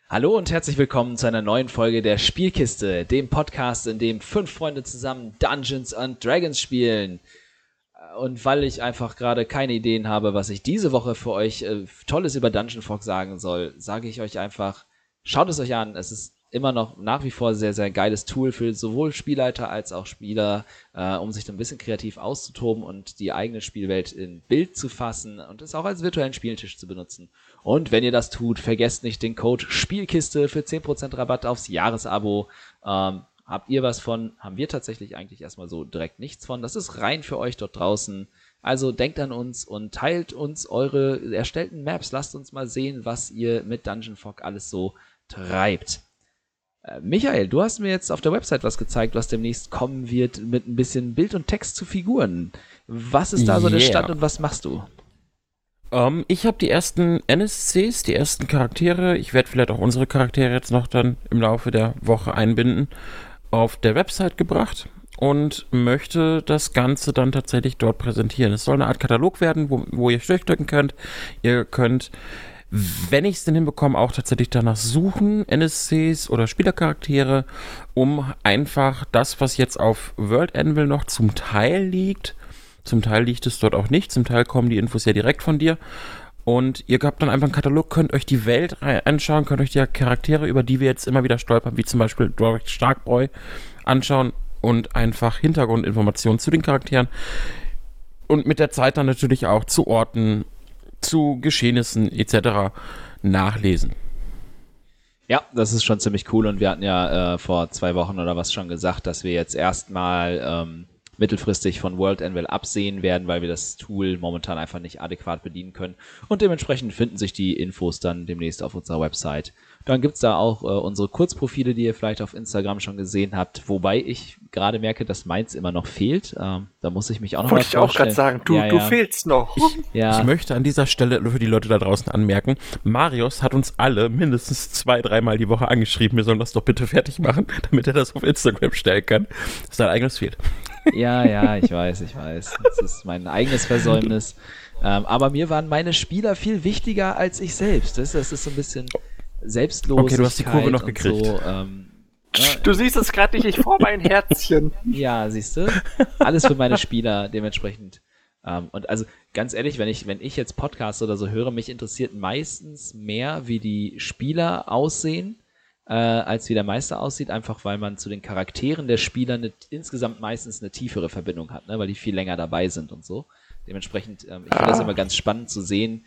Hallo und herzlich willkommen zu einer neuen Folge der Spielkiste, dem Podcast, in dem 5 Freunde zusammen Dungeons and Dragons spielen. Und weil ich einfach gerade keine Ideen habe, was ich diese Woche für euch Tolles über Dungeon Fog sagen soll, sage ich euch einfach, schaut es euch an. Es ist immer noch nach wie vor sehr, sehr geiles Tool für sowohl Spielleiter als auch Spieler, um sich so ein bisschen kreativ auszutoben und die eigene Spielwelt in Bild zu fassen und es auch als virtuellen Spieltisch zu benutzen. Und wenn ihr das tut, vergesst nicht den Code Spielkiste für 10% Rabatt aufs Jahresabo. Habt ihr was von? Haben wir tatsächlich eigentlich erstmal so direkt nichts von. Das ist rein für euch dort draußen. Also denkt an uns und teilt uns eure erstellten Maps. Lasst uns mal sehen, was ihr mit Dungeon Fog alles so treibt. Michael, du hast mir jetzt auf der Website was gezeigt, was demnächst kommen wird mit ein bisschen Bild und Text zu Figuren. Was ist da so der Stand und was machst du? Ich habe die ersten NSCs, die ersten Charaktere. Ich werde vielleicht auch unsere Charaktere jetzt noch dann im Laufe der Woche einbinden, auf der Website gebracht und möchte das Ganze dann tatsächlich dort präsentieren. Es soll eine Art Katalog werden, wo ihr durchdrücken könnt. Ihr könnt, wenn ich es denn hinbekomme, auch tatsächlich danach suchen, NSCs oder Spielercharaktere, um einfach das, was jetzt auf World Anvil noch zum Teil liegt, zum Teil liegt es dort auch nicht, zum Teil kommen die Infos ja direkt von dir. Und ihr habt dann einfach einen Katalog, könnt euch die Welt anschauen, könnt euch die Charaktere, über die wir jetzt immer wieder stolpern, wie zum Beispiel Dwarric Starkboy, anschauen und einfach Hintergrundinformationen zu den Charakteren. Und mit der Zeit dann natürlich auch zu Orten, zu Geschehnissen etc. nachlesen. Ja, das ist schon ziemlich cool und wir hatten ja vor 2 Wochen oder was schon gesagt, dass wir jetzt erstmal mittelfristig von World Anvil absehen werden, weil wir das Tool momentan einfach nicht adäquat bedienen können. Und dementsprechend finden sich die Infos dann demnächst auf unserer Website. Dann gibt's da auch unsere Kurzprofile, die ihr vielleicht auf Instagram schon gesehen habt, wobei ich gerade merke, dass meins immer noch fehlt. Da muss ich mich auch noch mal vorstellen. Wollte ich auch gerade sagen, du fehlst noch. Ich möchte an dieser Stelle für die Leute da draußen anmerken, Marius hat uns alle mindestens 2-3 Mal die Woche angeschrieben, wir sollen das doch bitte fertig machen, damit er das auf Instagram stellen kann. Das ist sein eigenes Fehlt. Ja, ich weiß. Das ist mein eigenes Versäumnis. Aber mir waren meine Spieler viel wichtiger als ich selbst. Das ist so ein bisschen Selbstlosigkeit. Okay, du hast die Kurve noch gekriegt. So, Du siehst es gerade nicht, ich forme ein Herzchen. ja, siehst du? Alles für meine Spieler dementsprechend. Und also ganz ehrlich, wenn ich jetzt Podcasts oder so höre, mich interessiert meistens mehr, wie die Spieler aussehen, als wie der Meister aussieht, einfach weil man zu den Charakteren der Spieler insgesamt meistens eine tiefere Verbindung hat, ne? Weil die viel länger dabei sind und so. Dementsprechend, ich finde das immer ganz spannend zu sehen,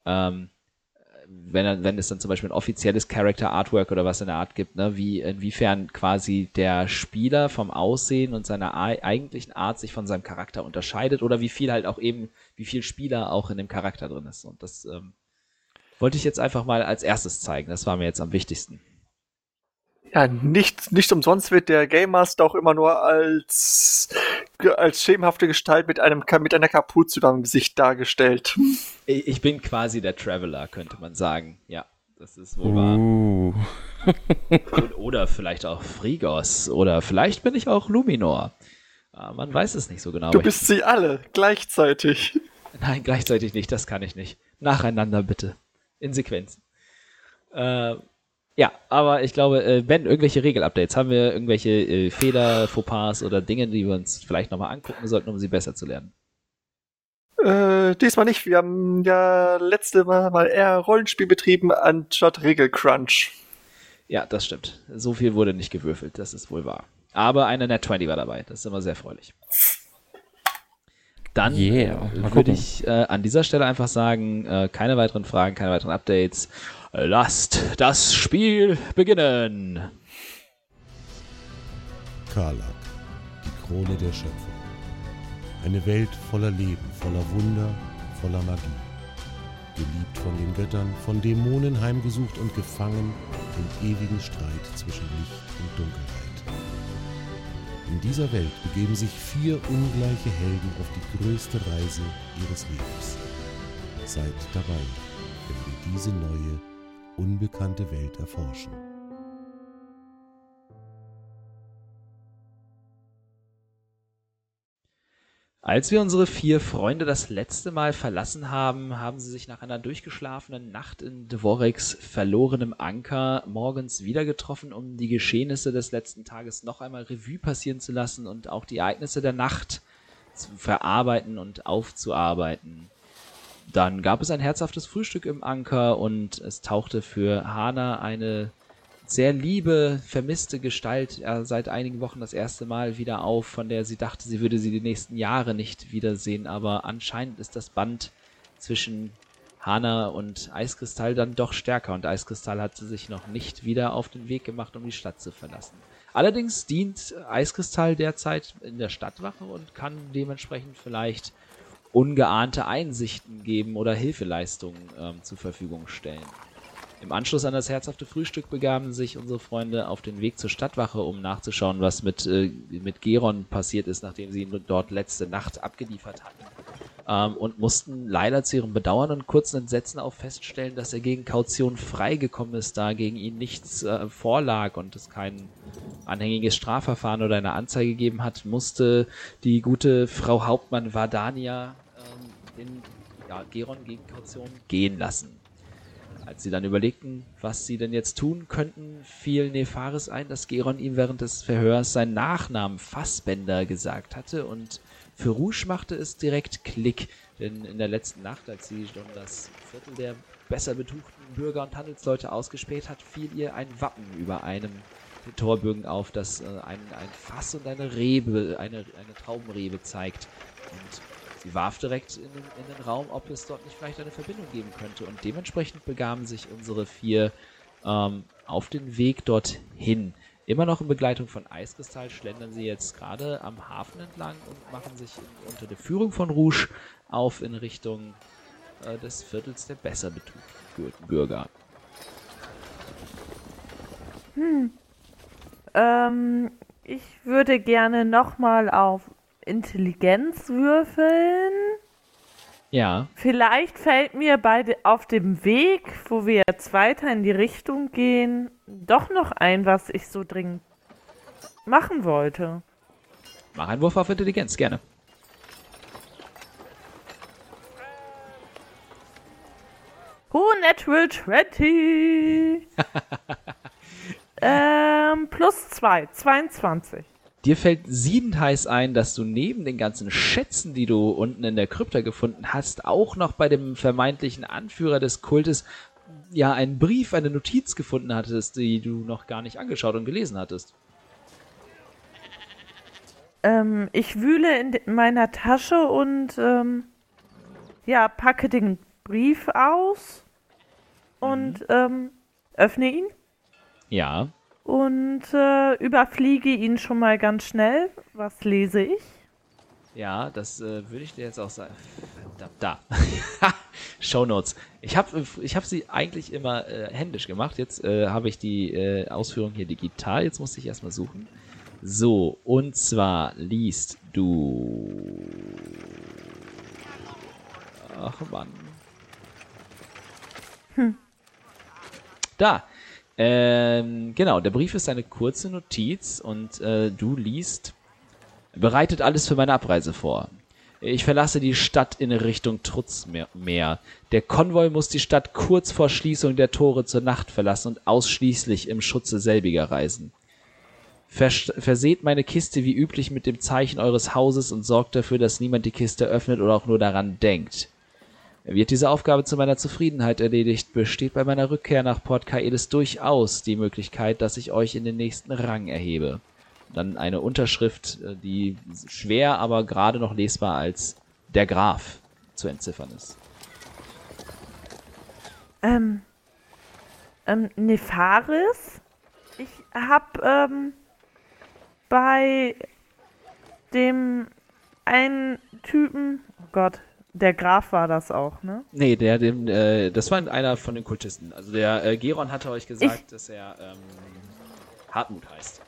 wenn es dann zum Beispiel ein offizielles Character Artwork oder was in der Art gibt, ne, inwiefern quasi der Spieler vom Aussehen und seiner eigentlichen Art sich von seinem Charakter unterscheidet oder wie viel Spieler auch in dem Charakter drin ist. Und das wollte ich jetzt einfach mal als erstes zeigen. Das war mir jetzt am wichtigsten. Ja, nicht umsonst wird der Game Master auch immer nur als schemenhafte Gestalt mit einer Kapuze über dem Gesicht dargestellt. Ich bin quasi der Traveler, könnte man sagen. Ja, das ist wohl wahr. Oder vielleicht auch Frigos. Oder vielleicht bin ich auch Luminor. Man weiß es nicht so genau. Du bist sie alle, gleichzeitig. Nein, gleichzeitig nicht. Das kann ich nicht. Nacheinander bitte. In Sequenz. Ja, aber ich glaube, wenn irgendwelche Regelupdates, haben wir irgendwelche Fehler, Fauxpas oder Dinge, die wir uns vielleicht nochmal angucken sollten, um sie besser zu lernen? Diesmal nicht. Wir haben ja letzte Mal eher Rollenspiel betrieben anstatt Regelcrunch. Ja, das stimmt. So viel wurde nicht gewürfelt, das ist wohl wahr. Aber eine Net 20 war dabei, das ist immer sehr erfreulich. Dann würde ich an dieser Stelle einfach sagen, keine weiteren Fragen, keine weiteren Updates. Lasst das Spiel beginnen! Karlak, die Krone der Schöpfung. Eine Welt voller Leben, voller Wunder, voller Magie. Geliebt von den Göttern, von Dämonen heimgesucht und gefangen im ewigen Streit zwischen Licht und Dunkelheit. In dieser Welt begeben sich 4 ungleiche Helden auf die größte Reise ihres Lebens. Seid dabei, wenn wir diese neue, unbekannte Welt erforschen. Als wir unsere 4 Freunde das letzte Mal verlassen haben, haben sie sich nach einer durchgeschlafenen Nacht in Dvoreks verlorenem Anker morgens wieder getroffen, um die Geschehnisse des letzten Tages noch einmal Revue passieren zu lassen und auch die Ereignisse der Nacht zu verarbeiten und aufzuarbeiten. Dann gab es ein herzhaftes Frühstück im Anker und es tauchte für Hana eine sehr liebe, vermisste Gestalt seit einigen Wochen das erste Mal wieder auf, von der sie dachte, sie würde sie die nächsten Jahre nicht wiedersehen, aber anscheinend ist das Band zwischen Hana und Eiskristall dann doch stärker und Eiskristall hat sie sich noch nicht wieder auf den Weg gemacht, um die Stadt zu verlassen. Allerdings dient Eiskristall derzeit in der Stadtwache und kann dementsprechend vielleicht ungeahnte Einsichten geben oder Hilfeleistungen zur Verfügung stellen. Im Anschluss an das herzhafte Frühstück begaben sich unsere Freunde auf den Weg zur Stadtwache, um nachzuschauen, was mit Geron passiert ist, nachdem sie ihn dort letzte Nacht abgeliefert hatten. Und mussten leider zu ihrem Bedauern und kurzen Entsetzen auch feststellen, dass er gegen Kaution freigekommen ist, da gegen ihn nichts vorlag und es kein anhängiges Strafverfahren oder eine Anzeige gegeben hat, musste die gute Frau Hauptmann Vardania Geron gegen Kaution gehen lassen. Als sie dann überlegten, was sie denn jetzt tun könnten, fiel Nefaris ein, dass Geron ihm während des Verhörs seinen Nachnamen Fassbender gesagt hatte und für Rouge machte es direkt Klick, denn in der letzten Nacht, als sie schon das Viertel der besser betuchten Bürger und Handelsleute ausgespäht hat, fiel ihr ein Wappen über einem Torbögen auf, das ein Fass und eine Rebe, eine Traubenrebe zeigt. Und sie warf direkt in den Raum, ob es dort nicht vielleicht eine Verbindung geben könnte. Und dementsprechend begaben sich unsere 4 auf den Weg dorthin. Immer noch in Begleitung von Eiskristall schlendern sie jetzt gerade am Hafen entlang und machen sich unter der Führung von Rouge auf in Richtung des Viertels der besser betuchten Bürger. Ich würde gerne nochmal auf Intelligenz würfeln. Ja. Vielleicht fällt mir auf dem Weg, wo wir jetzt weiter in die Richtung gehen, doch noch ein, was ich so dringend machen wollte. Mach einen Wurf auf Intelligenz, gerne. Natural 20. Plus 2, 22. Dir fällt siedend heiß ein, dass du neben den ganzen Schätzen, die du unten in der Krypta gefunden hast, auch noch bei dem vermeintlichen Anführer des Kultes ja einen Brief, eine Notiz gefunden hattest, die du noch gar nicht angeschaut und gelesen hattest. Ich wühle in meiner Tasche und packe den Brief aus und öffne ihn. Ja. Und überfliege ihn schon mal ganz schnell. Was lese ich? Ja, das würde ich dir jetzt auch sagen. Da. Shownotes. Ich hab sie eigentlich immer händisch gemacht. Jetzt habe ich die Ausführung hier digital. Jetzt musste ich erstmal suchen. So, und zwar liest du... Ach Mann. Da. Genau, der Brief ist eine kurze Notiz und du liest: Bereitet alles für meine Abreise vor. Ich verlasse die Stadt in Richtung Trutzmeer. Der Konvoi muss die Stadt kurz vor Schließung der Tore zur Nacht verlassen und ausschließlich im Schutze selbiger reisen. Verseht meine Kiste wie üblich mit dem Zeichen eures Hauses und sorgt dafür, dass niemand die Kiste öffnet oder auch nur daran denkt. Wird diese Aufgabe zu meiner Zufriedenheit erledigt, besteht bei meiner Rückkehr nach Port Kaelis durchaus die Möglichkeit, dass ich euch in den nächsten Rang erhebe. Dann eine Unterschrift, die schwer, aber gerade noch lesbar als der Graf zu entziffern ist. Nefaris? Ich hab bei dem einen Typen, oh Gott, der Graf war das auch, ne? Nee, das war einer von den Kultisten. Also der Geron hatte euch gesagt, dass er Hartmut heißt.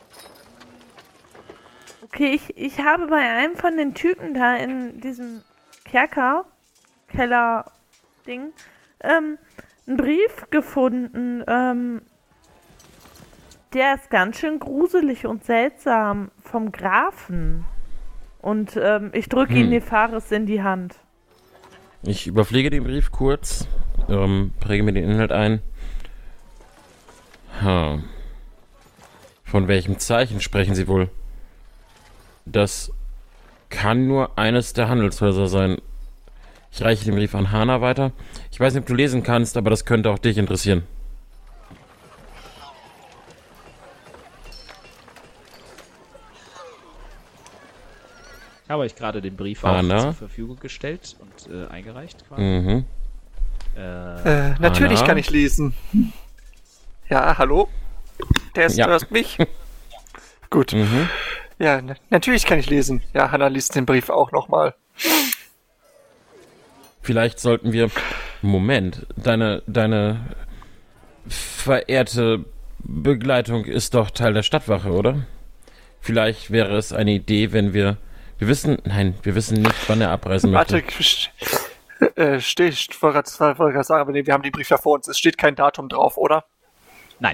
Okay, ich habe bei einem von den Typen da in diesem Keller-Ding einen Brief gefunden. Der ist ganz schön gruselig und seltsam vom Grafen. Und ich drücke ihn Nefaris in die Hand. Ich überfliege den Brief kurz, präge mir den Inhalt ein. Von welchem Zeichen sprechen Sie wohl? Das kann nur eines der Handelshäuser sein. Ich reiche den Brief an Hana weiter. Ich weiß nicht, ob du lesen kannst, aber das könnte auch dich interessieren. Ich habe euch gerade den Brief auch zur Verfügung gestellt und eingereicht quasi. Natürlich Hana? kann ich lesen. Ja, hallo? Du hörst mich? Gut. Ja, natürlich kann ich lesen. Ja, Hana liest den Brief auch nochmal. Vielleicht sollten wir... Moment, deine verehrte Begleitung ist doch Teil der Stadtwache, oder? Vielleicht wäre es eine Idee, wenn wir wissen nicht, wann er abreisen möchte. Warte, ich wollte gerade sagen, aber nee, wir haben den Brief ja vor uns. Es steht kein Datum drauf, oder? Nein.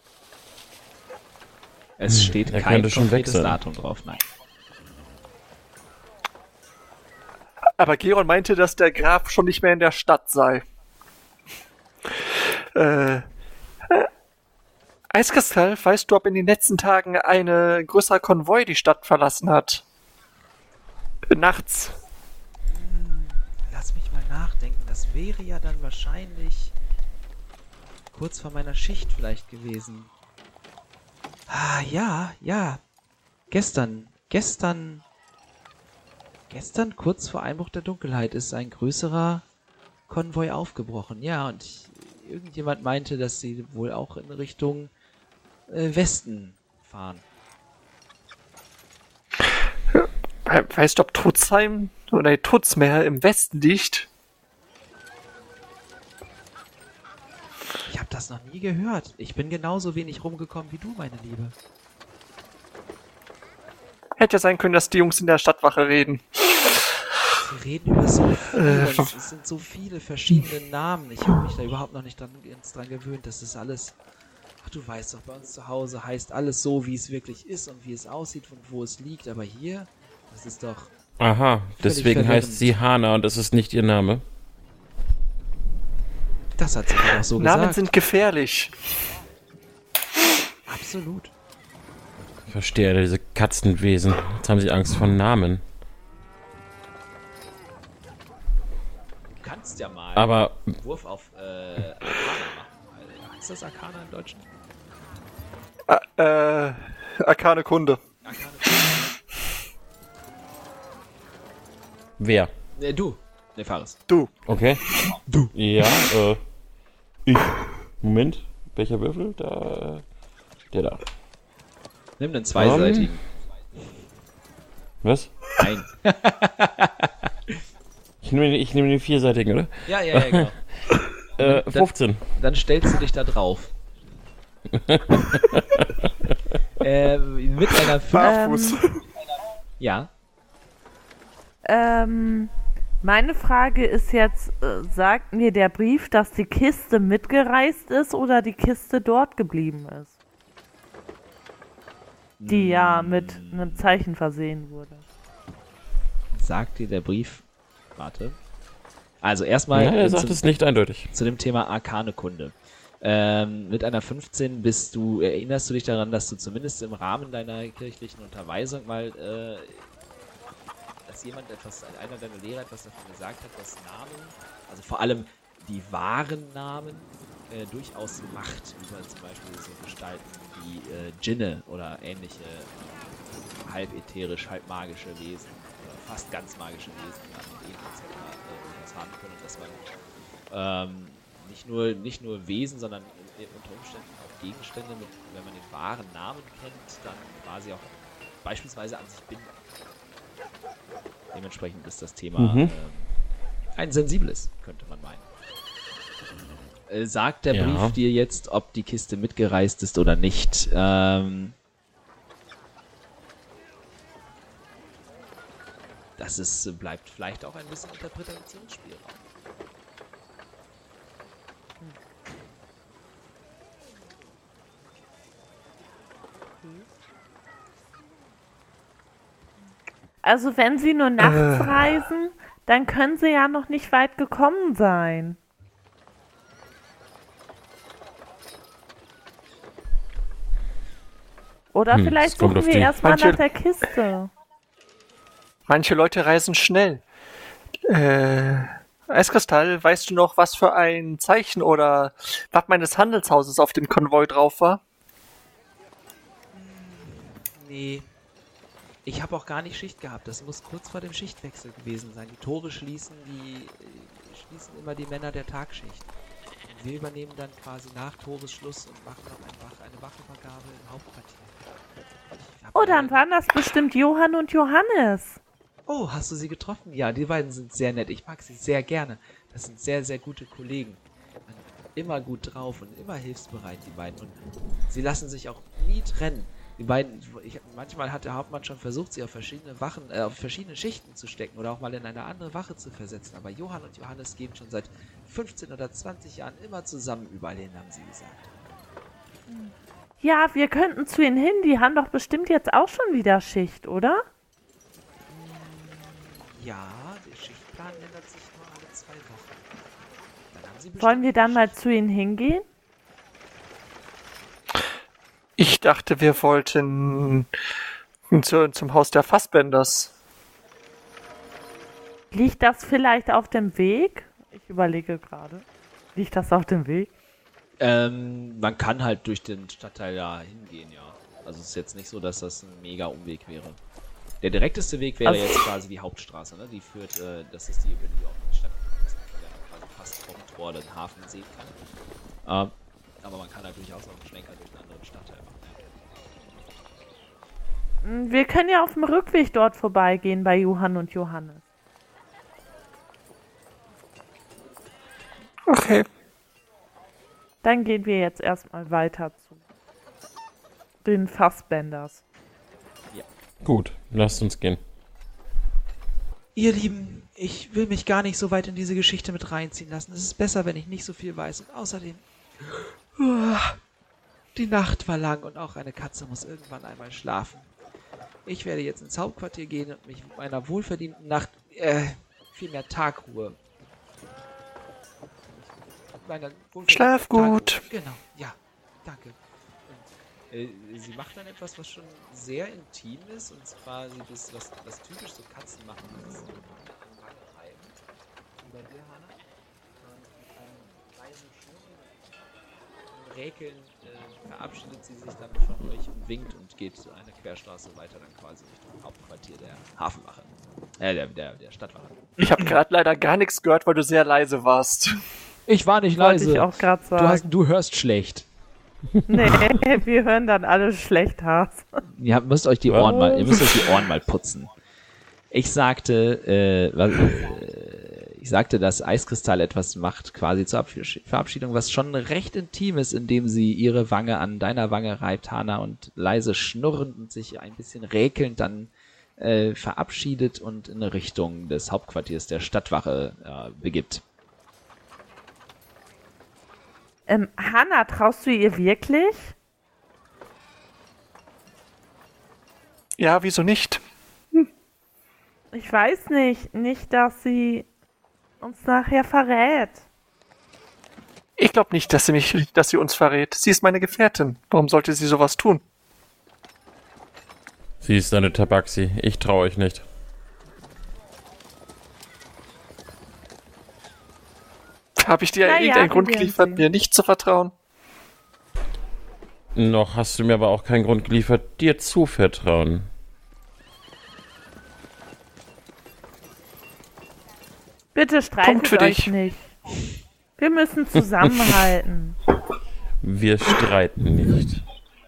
Es steht kein konkretes Datum drauf, nein. Aber Geron meinte, dass der Graf schon nicht mehr in der Stadt sei. Eiskristall, weißt du, ob in den letzten Tagen ein größerer Konvoi die Stadt verlassen hat? Nachts. Lass mich mal nachdenken. Das wäre ja dann wahrscheinlich kurz vor meiner Schicht vielleicht gewesen. Ah, ja. Gestern, kurz vor Einbruch der Dunkelheit, ist ein größerer Konvoi aufgebrochen. Ja, und irgendjemand meinte, dass sie wohl auch in Richtung Westen fahren. Weißt du, ob Trutzheim oder Trutzmeer im Westen liegt? Ich habe das noch nie gehört. Ich bin genauso wenig rumgekommen wie du, meine Liebe. Hätte ja sein können, dass die Jungs in der Stadtwache reden. Sie reden über so viel. Es sind so viele verschiedene Namen. Ich habe mich da überhaupt noch nicht dran gewöhnt. Das ist alles... Ach, du weißt doch, bei uns zu Hause heißt alles so, wie es wirklich ist und wie es aussieht und wo es liegt. Aber hier, das ist doch... Aha, deswegen heißt sie Hana und das ist nicht ihr Name. Das hat sie mir auch so gesagt. Namen sind gefährlich. Absolut. Ich verstehe, diese Katzenwesen. Jetzt haben sie Angst vor Namen. Du kannst ja mal einen Wurf auf Arcana machen. Ist das Arcana im Deutschen? Arkane Kunde. Arcana Wer? du. Nefaris. Du. Okay. Du. Ja, ich. Moment. Welcher Würfel? Der da. Nimm einen zweiseitigen. Was? Nein. Ich nehme den vierseitigen, oder? Ja, genau. 15. Dann stellst du dich da drauf. Mit einer 5. Barfuß. Ja. Meine Frage ist jetzt, sagt mir der Brief, dass die Kiste mitgereist ist oder die Kiste dort geblieben ist? Die ja mit einem Zeichen versehen wurde. Sagt dir der Brief... Warte. Also erstmal... Ja, er sagt es nicht eindeutig. Zu dem Thema Arkane-Kunde. Mit einer 15 erinnerst du dich daran, dass du zumindest im Rahmen deiner kirchlichen Unterweisung mal... dass einer deiner Lehrer etwas davon gesagt hat, dass Namen, also vor allem die wahren Namen, durchaus Macht über zum Beispiel so Gestalten wie Djinne oder ähnliche halb ätherisch, halb magische Wesen oder fast ganz magische Wesen durchaus haben können, und dass man nicht nur Wesen, sondern unter Umständen auch Gegenstände, wenn man den wahren Namen kennt, dann quasi auch beispielsweise an sich binden. Dementsprechend ist das Thema ein sensibles, könnte man meinen. Sagt der Brief dir jetzt, ob die Kiste mitgereist ist oder nicht? Bleibt vielleicht auch ein bisschen Interpretationsspielraum. Also wenn sie nur nachts reisen, dann können sie ja noch nicht weit gekommen sein. Oder vielleicht es kommt suchen auf wir die- erstmal nach der Kiste. Manche Leute reisen schnell. Eiskristall, weißt du noch, was für ein Zeichen oder Wappen meines Handelshauses auf dem Konvoi drauf war? Nee. Ich habe auch gar nicht Schicht gehabt. Das muss kurz vor dem Schichtwechsel gewesen sein. Die Tore schließen immer die Männer der Tagschicht. Und wir übernehmen dann quasi nach Toresschluss und machen noch eine Wachvergabe im Hauptquartier. Oh, dann waren das bestimmt Johann und Johannes. Oh, hast du sie getroffen? Ja, die beiden sind sehr nett. Ich mag sie sehr gerne. Das sind sehr, sehr gute Kollegen. Immer gut drauf und immer hilfsbereit, die beiden. Und sie lassen sich auch nie trennen. Die beiden, manchmal hat der Hauptmann schon versucht, sie auf verschiedene Wachen, auf verschiedene Schichten zu stecken oder auch mal in eine andere Wache zu versetzen. Aber Johann und Johannes gehen schon seit 15 oder 20 Jahren immer zusammen überall hin, haben sie gesagt. Ja, wir könnten zu ihnen hin. Die haben doch bestimmt jetzt auch schon wieder Schicht, oder? Ja, der Schichtplan ändert sich nur alle 2 Wochen. Dann haben sie bestimmt Wollen wir dann mal zu ihnen hingehen? Ich dachte, wir wollten zum Haus der Fassbenders. Liegt das vielleicht auf dem Weg? Ich überlege gerade. Liegt das auf dem Weg? Man kann halt durch den Stadtteil da hingehen, ja. Also es ist jetzt nicht so, dass das ein mega Umweg wäre. Der direkteste Weg wäre jetzt quasi die Hauptstraße, ne? Die führt, das ist die, über die auch in die Stadt kommt, dass man ja quasi fast vom Tor den Hafen sehen kann. Aber man kann halt durchaus auch einen Schlenker durch einen anderen Stadtteil machen. Wir können ja auf dem Rückweg dort vorbeigehen bei Johann und Johannes. Okay. Dann gehen wir jetzt erstmal weiter zu den Fassbenders. Gut, lasst uns gehen. Ihr Lieben, ich will mich gar nicht so weit in diese Geschichte mit reinziehen lassen. Es ist besser, wenn ich nicht so viel weiß. Und außerdem, die Nacht war lang und auch eine Katze muss irgendwann einmal schlafen. Ich werde jetzt ins Hauptquartier gehen und mich mit meiner wohlverdienten Nacht, vielmehr Tagruhe. Schlaf gut. Genau, ja, danke. Und, sie macht dann etwas, was schon sehr intim ist, und zwar das, was typisch so Katzen machen, das ist Reiben. Und bei dir, Hannah, mit einem leisen Schnurren, Räkeln, verabschiedet sie sich dann von euch und winkt und geht eine Querstraße weiter, dann quasi Richtung Hauptquartier der Hafenwache. Der Stadtwache. Ich habe gerade leider gar nichts gehört, weil du sehr leise warst. Ich war nicht Wollte leise. ich auch gerade sagen. Du hörst schlecht. Nee, wir hören dann alle schlecht, Haas. Ihr müsst euch die Ohren mal putzen. Ich sagte, dass Eiskristall etwas macht, quasi zur Verabschiedung, was schon recht intim ist, indem sie ihre Wange an deiner Wange reibt, Hannah, und leise schnurrend und sich ein bisschen räkelnd dann verabschiedet und in Richtung des Hauptquartiers der Stadtwache begibt. Hannah, traust du ihr wirklich? Ja, wieso nicht? Ich weiß nicht. Nicht, dass sie uns nachher verrät. Ich glaube nicht, dass sie uns verrät. Sie ist meine Gefährtin. Warum sollte sie sowas tun? Sie ist eine Tabaxi. Ich traue euch nicht. Habe ich dir irgendeinen Grund geliefert, mir nicht zu vertrauen? Noch hast du mir aber auch keinen Grund geliefert, dir zu vertrauen. Bitte streitet euch nicht. Wir müssen zusammenhalten. Wir streiten nicht.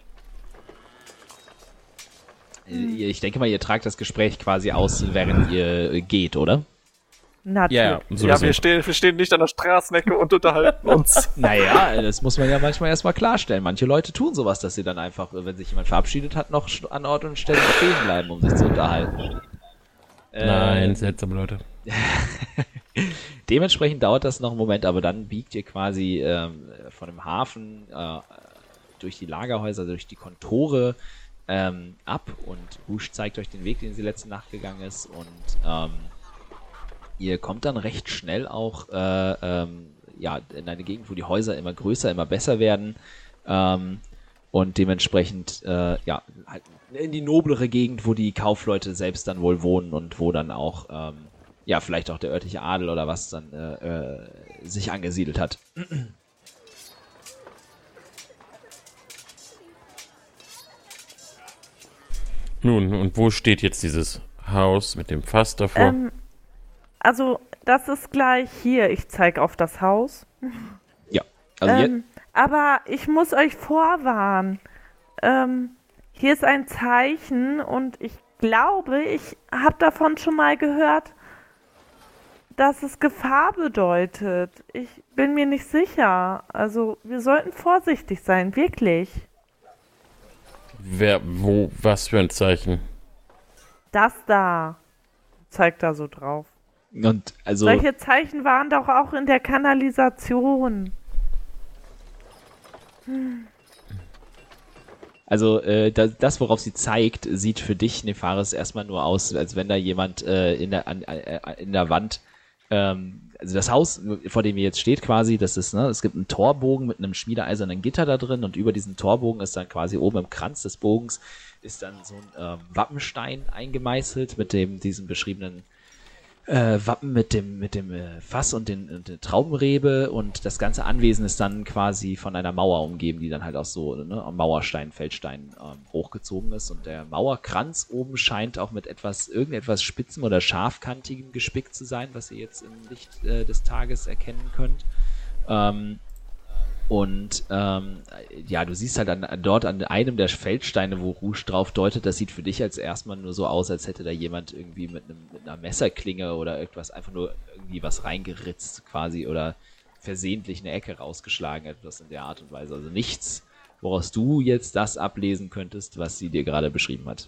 Ich denke mal, ihr tragt das Gespräch quasi aus, während ihr geht, oder? Natürlich. Ja, so Ja, wir stehen nicht an der Straßenecke und unterhalten uns. Naja, das muss man ja manchmal erstmal klarstellen. Manche Leute tun sowas, dass sie dann einfach, wenn sich jemand verabschiedet hat, noch an Ort und Stelle stehen bleiben, um sich zu unterhalten. Nein, seltsame Leute. Dementsprechend dauert das noch einen Moment, aber dann biegt ihr quasi von dem Hafen durch die Lagerhäuser, durch die Kontore ab und Rouge zeigt euch den Weg, den sie letzte Nacht gegangen ist und ihr kommt dann recht schnell auch in eine Gegend, wo die Häuser immer größer, immer besser werden und dementsprechend halt in die noblere Gegend, wo die Kaufleute selbst dann wohl wohnen und wo dann auch vielleicht auch der örtliche Adel oder was dann sich angesiedelt hat. Nun, und wo steht jetzt dieses Haus mit dem Fass davor? Also, das ist gleich hier. Ich zeige auf das Haus. Ja, also aber ich muss euch vorwarnen. Hier ist ein Zeichen und ich glaube, ich habe davon schon mal gehört, dass es Gefahr bedeutet. Ich bin mir nicht sicher. Also, wir sollten vorsichtig sein, wirklich. Was für ein Zeichen? Das da. Zeigt da so drauf. Und also Solche Zeichen waren doch auch in der Kanalisation. Also das, worauf sie zeigt, sieht für dich, Nefaris, erstmal nur aus, als wenn da jemand in der Wand, also das Haus, vor dem ihr jetzt steht quasi, das ist, es gibt einen Torbogen mit einem schmiedeeisernen Gitter da drin und über diesen Torbogen ist dann quasi oben im Kranz des Bogens ist dann so ein Wappenstein eingemeißelt mit diesem beschriebenen Wappen mit dem Fass und der Traubenrebe und das ganze Anwesen ist dann quasi von einer Mauer umgeben, die dann halt aus so am Mauerstein, Feldstein hochgezogen ist und der Mauerkranz oben scheint auch mit irgendetwas Spitzem oder Scharfkantigem gespickt zu sein, was ihr jetzt im Licht des Tages erkennen könnt. Du siehst halt dort an einem der Feldsteine, wo Rouge drauf deutet, das sieht für dich als erstmal nur so aus, als hätte da jemand irgendwie mit einer Messerklinge oder irgendwas einfach nur irgendwie was reingeritzt quasi oder versehentlich eine Ecke rausgeschlagen, etwas in der Art und Weise. Also nichts, woraus du jetzt das ablesen könntest, was sie dir gerade beschrieben hat.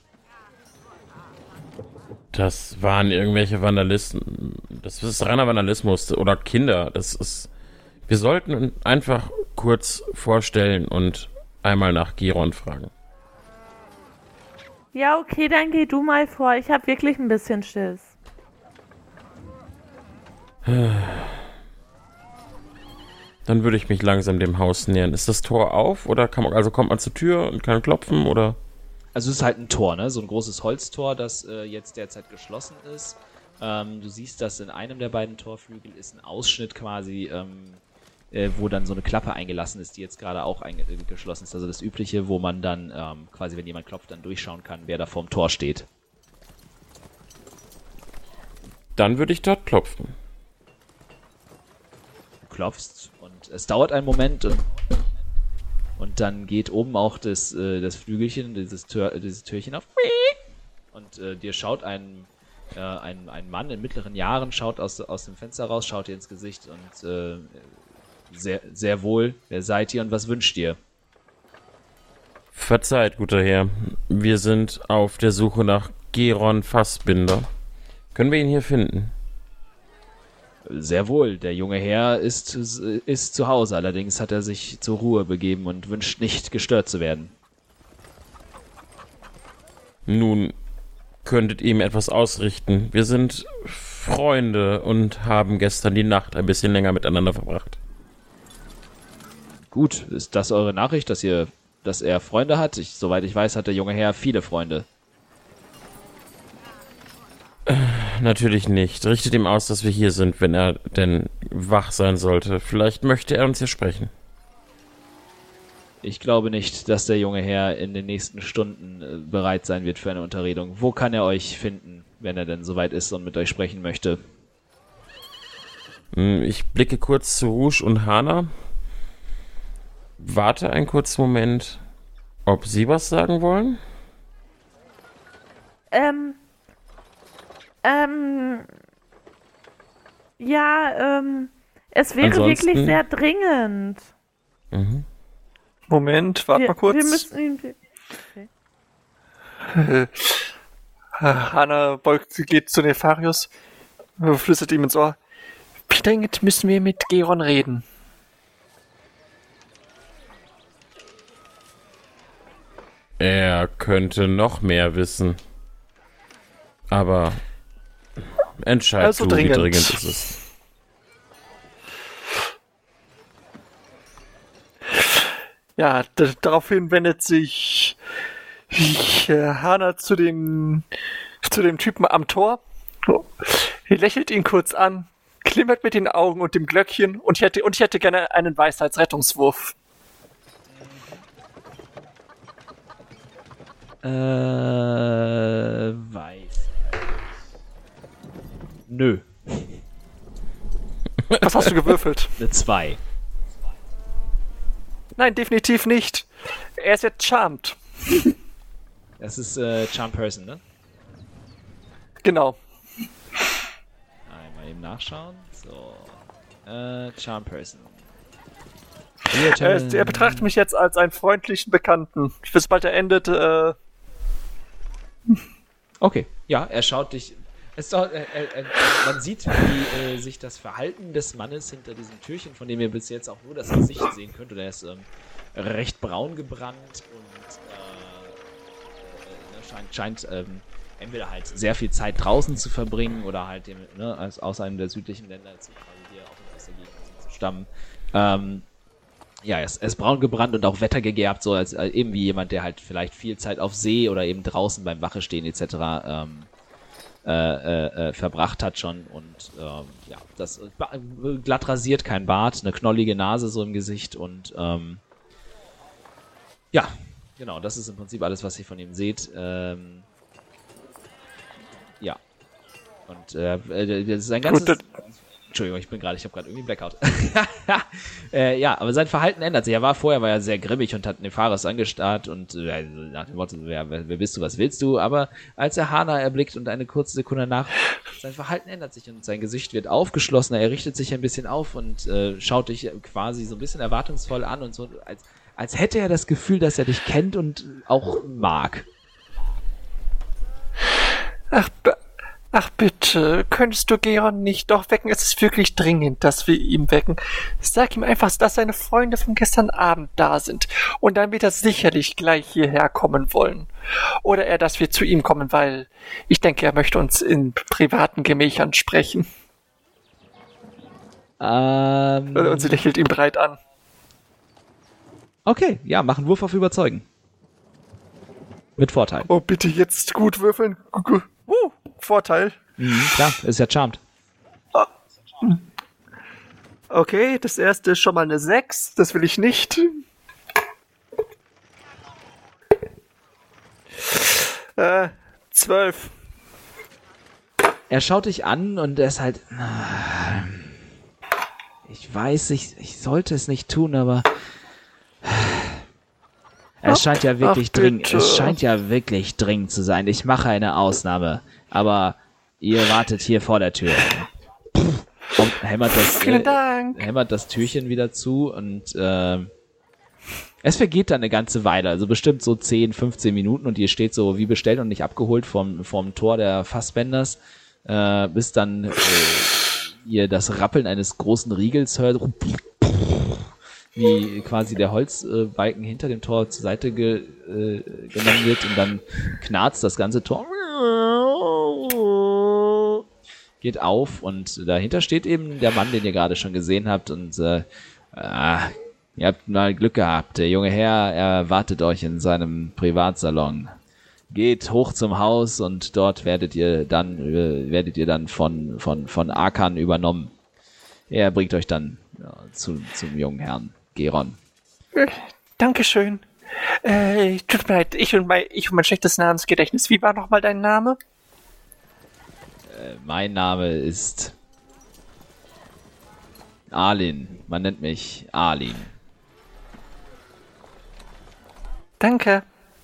Das waren irgendwelche Vandalisten. Das ist reiner Vandalismus oder Kinder. Wir sollten einfach kurz vorstellen und einmal nach Giron fragen. Ja, okay, dann geh du mal vor. Ich habe wirklich ein bisschen Schiss. Dann würde ich mich langsam dem Haus nähern. Ist das Tor auf oder kommt man zur Tür und kann klopfen oder? Also es ist halt ein Tor, ne? So ein großes Holztor, das jetzt derzeit geschlossen ist. Du siehst, dass in einem der beiden Torflügel ist ein Ausschnitt quasi, wo dann so eine Klappe eingelassen ist, die jetzt gerade auch geschlossen ist. Also das Übliche, wo man dann quasi, wenn jemand klopft, dann durchschauen kann, wer da vorm Tor steht. Dann würde ich dort klopfen. Du klopfst und es dauert einen Moment und dann geht oben auch das Flügelchen, dieses Türchen auf und dir schaut ein Mann in mittleren Jahren, schaut aus dem Fenster raus, schaut dir ins Gesicht und sehr, sehr wohl, wer seid ihr und was wünscht ihr? Verzeiht, guter Herr. Wir sind auf der Suche nach Giron Fassbinder. Können wir ihn hier finden? Sehr wohl, der junge Herr ist zu Hause, allerdings hat er sich zur Ruhe begeben und wünscht nicht gestört zu werden. Nun, könntet ihr ihm etwas ausrichten? Wir sind Freunde und haben gestern die Nacht ein bisschen länger miteinander verbracht. Gut, ist das eure Nachricht, dass er Freunde hat? Soweit ich weiß, hat der junge Herr viele Freunde. Natürlich nicht. Richtet ihm aus, dass wir hier sind, wenn er denn wach sein sollte. Vielleicht möchte er uns hier sprechen. Ich glaube nicht, dass der junge Herr in den nächsten Stunden bereit sein wird für eine Unterredung. Wo kann er euch finden, wenn er denn soweit ist und mit euch sprechen möchte? Ich blicke kurz zu Rouge und Hana. Warte einen kurzen Moment, ob Sie was sagen wollen? Es wäre Ansonsten wirklich sehr dringend. Mhm. Moment, warte mal kurz. Wir müssen ihn... Okay. Hana geht zu Nefarius, flüstert ihm ins Ohr. Wie dringend müssen wir mit Giron reden? Er könnte noch mehr wissen. Aber entscheid Also du, dringend. wie dringend ist es. Ja, daraufhin wendet sich Hana zu dem Typen am Tor, lächelt ihn kurz an, klimpert mit den Augen und dem Glöckchen und ich hätte gerne einen Weisheitsrettungswurf. Weiß. Nö, Was hast du gewürfelt? eine 2. Nein, definitiv nicht. Er ist jetzt charmed. Das ist Charm Person, ne? Genau. Einmal eben nachschauen. So. Charm Person. Er betrachtet mich jetzt als einen freundlichen Bekannten. Sobald er endet, Okay, ja, er schaut dich. Man sieht, wie sich das Verhalten des Mannes hinter diesem Türchen, von dem ihr bis jetzt auch nur das Gesicht sehen könnt, oder er ist recht braun gebrannt und scheint entweder halt sehr viel Zeit draußen zu verbringen oder halt aus einem der südlichen Länder quasi hier auch aus der Gegend zu stammen. Ja, er ist braun gebrannt und auch wettergegerbt, so als eben wie jemand, der halt vielleicht viel Zeit auf See oder eben draußen beim Wache stehen etc. Verbracht hat schon und ja, das glatt rasiert, kein Bart, eine knollige Nase so im Gesicht und ja, genau, das ist im Prinzip alles, was ihr von ihm seht. Ja. Und das ist ein ganzes... Entschuldigung, ich habe gerade irgendwie Blackout. Ja, aber sein Verhalten ändert sich. Vorher war er sehr grimmig und hat Nefaris angestarrt und nach dem Motto, wer bist du, was willst du? Aber als er Hana erblickt und eine kurze Sekunde nach, sein Verhalten ändert sich und sein Gesicht wird aufgeschlossener, er richtet sich ein bisschen auf und schaut dich quasi so ein bisschen erwartungsvoll an und so, als hätte er das Gefühl, dass er dich kennt und auch mag. Ach bitte, könntest du Geron nicht doch wecken? Es ist wirklich dringend, dass wir ihn wecken. Sag ihm einfach, dass seine Freunde von gestern Abend da sind. Und dann wird er sicherlich gleich hierher kommen wollen. Oder dass wir zu ihm kommen, weil ich denke, er möchte uns in privaten Gemächern sprechen. Und sie lächelt ihn breit an. Okay, ja, mach einen Wurf auf Überzeugen. Mit Vorteil. Oh, bitte jetzt gut würfeln. Vorteil. Klar, ist ja charmed. Okay, das erste ist schon mal eine 6. Das will ich nicht. 12. Er schaut dich an und er ist halt... Ich weiß, ich sollte es nicht tun, aber... Es scheint ja wirklich dringend. Es scheint ja wirklich dringend zu sein. Ich mache eine Ausnahme. Aber ihr wartet hier vor der Tür. Und hämmert das Türchen wieder zu und es vergeht dann eine ganze Weile, also bestimmt so 10, 15 Minuten und ihr steht so wie bestellt und nicht abgeholt vom Tor der Fassbenders, bis dann ihr das Rappeln eines großen Riegels hört, wie quasi der Holzbalken hinter dem Tor zur Seite genommen wird und dann knarzt das ganze Tor. Geht auf und dahinter steht eben der Mann, den ihr gerade schon gesehen habt und ihr habt mal Glück gehabt. Der junge Herr erwartet euch in seinem Privatsalon. Geht hoch zum Haus und dort werdet ihr dann von Arkan übernommen. Er bringt euch dann zum jungen Herrn Geron. Dankeschön. Tut mir leid, ich und mein schlechtes Namensgedächtnis. Wie war nochmal dein Name? Mein Name ist Arlin. Man nennt mich Arlin. Danke.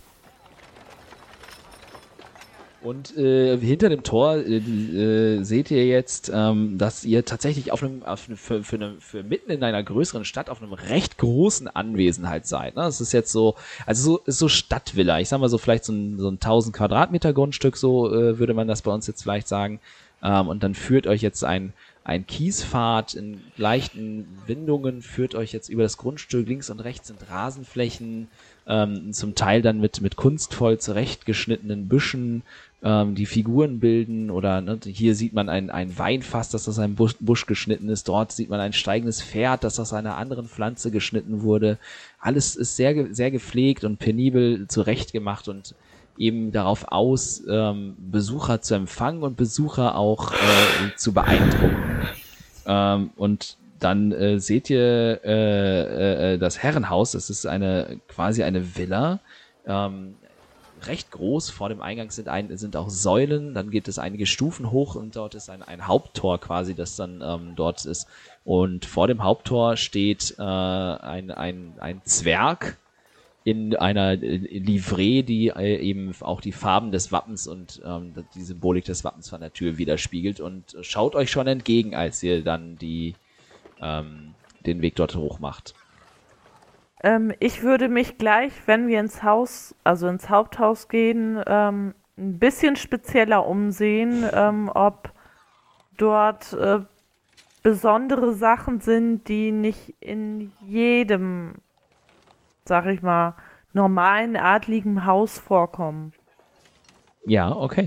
Und hinter dem Tor seht ihr jetzt, dass ihr tatsächlich für mitten in einer größeren Stadt auf einem recht großen Anwesen halt seid. Ne? Das ist jetzt so Stadtvilla. Ich sag mal so vielleicht so ein 1000 Quadratmeter Grundstück, so würde man das bei uns jetzt vielleicht sagen. Und dann führt euch jetzt ein Ein Kiespfad in leichten Windungen führt euch jetzt über das Grundstück. Links und rechts sind Rasenflächen, zum Teil dann mit kunstvoll zurechtgeschnittenen Büschen, die Figuren bilden. Oder ne, hier sieht man ein Weinfass, das aus einem Busch geschnitten ist. Dort sieht man ein steigendes Pferd, das aus einer anderen Pflanze geschnitten wurde. Alles ist sehr, sehr gepflegt und penibel zurechtgemacht und eben darauf aus, Besucher zu empfangen und Besucher auch zu beeindrucken. Und dann seht ihr das Herrenhaus. Das ist quasi eine Villa, recht groß. Vor dem Eingang sind auch Säulen. Dann geht es einige Stufen hoch und dort ist ein Haupttor quasi, das dann dort ist. Und vor dem Haupttor steht ein Zwerg in einer Livree, die eben auch die Farben des Wappens und die Symbolik des Wappens von der Tür widerspiegelt und schaut euch schon entgegen, als ihr dann den Weg dort hoch macht. Ich würde mich gleich, wenn wir ins Haupthaus gehen, ein bisschen spezieller umsehen, ob dort besondere Sachen sind, die nicht in jedem, sag ich mal, normalen, adligen Haus vorkommen. Ja, okay.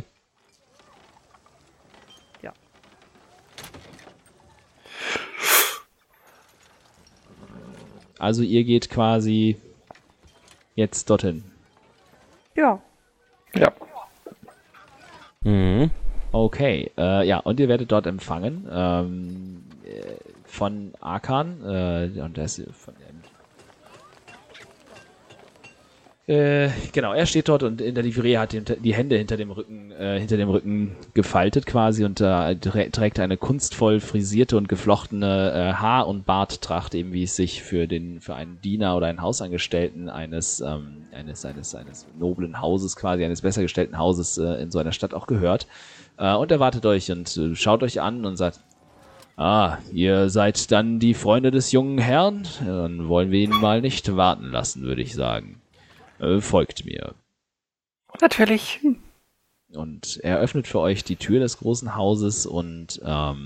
Ja. Also ihr geht quasi jetzt dorthin. Ja. Ja. Mhm. Okay, ja, und ihr werdet dort empfangen von Arkan und das von genau, er steht dort und in der Livree hat die Hände hinter dem Rücken gefaltet quasi und trägt eine kunstvoll frisierte und geflochtene Haar- und Barttracht, eben wie es sich für einen Diener oder einen Hausangestellten eines noblen Hauses quasi, eines besser gestellten Hauses in so einer Stadt auch gehört. Und er wartet euch und schaut euch an und sagt: Ah, ihr seid dann die Freunde des jungen Herrn? Dann wollen wir ihn mal nicht warten lassen, würde ich sagen. Folgt mir. Natürlich. Und er öffnet für euch die Tür des großen Hauses und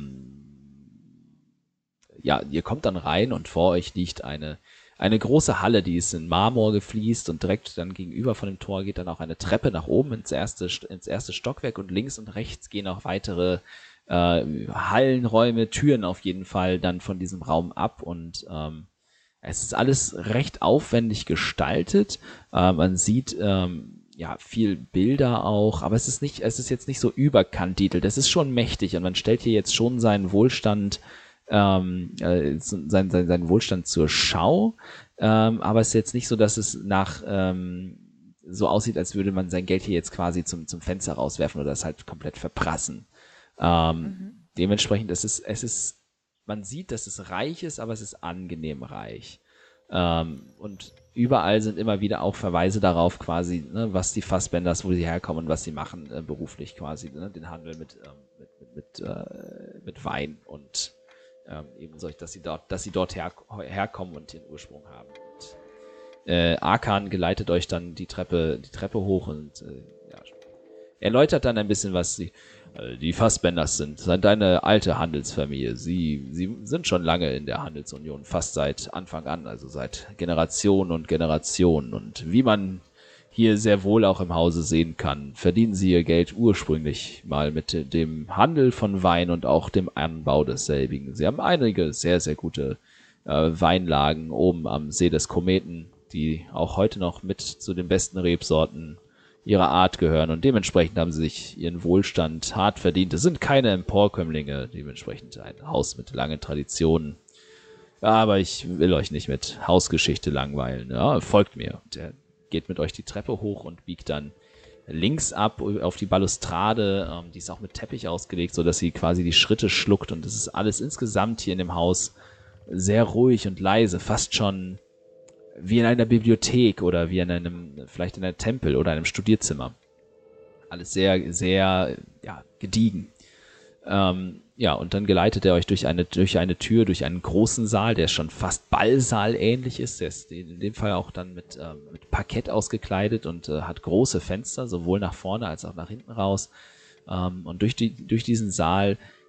ja, ihr kommt dann rein und vor euch liegt eine große Halle, die ist in Marmor gefliest und direkt dann gegenüber von dem Tor geht dann auch eine Treppe nach oben ins erste Stockwerk und links und rechts gehen auch weitere Hallenräume, Türen auf jeden Fall dann von diesem Raum ab und es ist alles recht aufwendig gestaltet. Man sieht ja viel Bilder auch, aber es ist jetzt nicht so überkandidelt. Es ist schon mächtig und man stellt hier jetzt schon seinen Wohlstand seinen Wohlstand zur Schau. Aber es ist jetzt nicht so, dass es so aussieht, als würde man sein Geld hier jetzt quasi zum Fenster rauswerfen oder es halt komplett verprassen. Dementsprechend man sieht, dass es reich ist, aber es ist angenehm reich. Und überall sind immer wieder auch Verweise darauf quasi, ne, was die Fassbenders, wo sie herkommen und was sie machen beruflich quasi, ne, den Handel mit Wein und ebenso, dass sie dort herkommen und ihren Ursprung haben. Und Arkan geleitet euch dann die Treppe hoch und ja, erläutert dann ein bisschen, was die Fassbenders sind eine alte Handelsfamilie. Sie sind schon lange in der Handelsunion, fast seit Anfang an, also seit Generationen und Generationen. Und wie man hier sehr wohl auch im Hause sehen kann, verdienen sie ihr Geld ursprünglich mal mit dem Handel von Wein und auch dem Anbau desselbigen. Sie haben einige sehr, sehr gute Weinlagen oben am See des Kometen, die auch heute noch mit zu den besten Rebsorten ihrer Art gehören und dementsprechend haben sie sich ihren Wohlstand hart verdient. Es sind keine Emporkömmlinge, dementsprechend ein Haus mit langen Traditionen. Aber ich will euch nicht mit Hausgeschichte langweilen. Ja, folgt mir. Und er geht mit euch die Treppe hoch und biegt dann links ab auf die Balustrade. Die ist auch mit Teppich ausgelegt, sodass sie quasi die Schritte schluckt und es ist alles insgesamt hier in dem Haus sehr ruhig und leise, fast schon wie in einer Bibliothek oder wie vielleicht in einem Tempel oder einem Studierzimmer. Alles sehr, sehr, ja, gediegen. Ja, und dann geleitet er euch durch eine Tür, durch einen großen Saal, der schon fast Ballsaal ähnlich ist. Der ist in dem Fall auch dann mit Parkett ausgekleidet und hat große Fenster, sowohl nach vorne als auch nach hinten raus. Und durch diesen Saal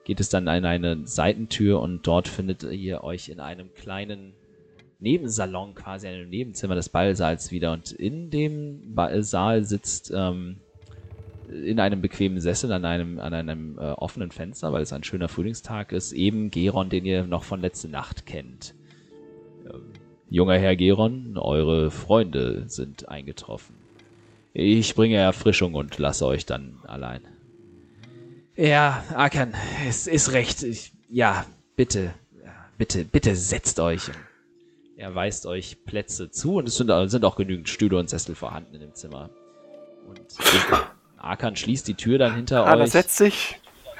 geht es dann in eine Seitentür und dort findet ihr euch in einem kleinen Nebensalon, quasi einem Nebenzimmer des Ballsaals wieder. Und in dem Saal sitzt in einem bequemen Sessel an einem offenen Fenster, weil es ein schöner Frühlingstag ist, eben Geron, den ihr noch von letzter Nacht kennt. Junger Herr Geron, eure Freunde sind eingetroffen. Ich bringe Erfrischung und lasse euch dann allein. Ja, Akan, es ist recht. Bitte setzt euch. Er weist euch Plätze zu und es sind auch genügend Stühle und Sessel vorhanden in dem Zimmer. Und Akan schließt die Tür dann hinter Anna euch. setzt sich.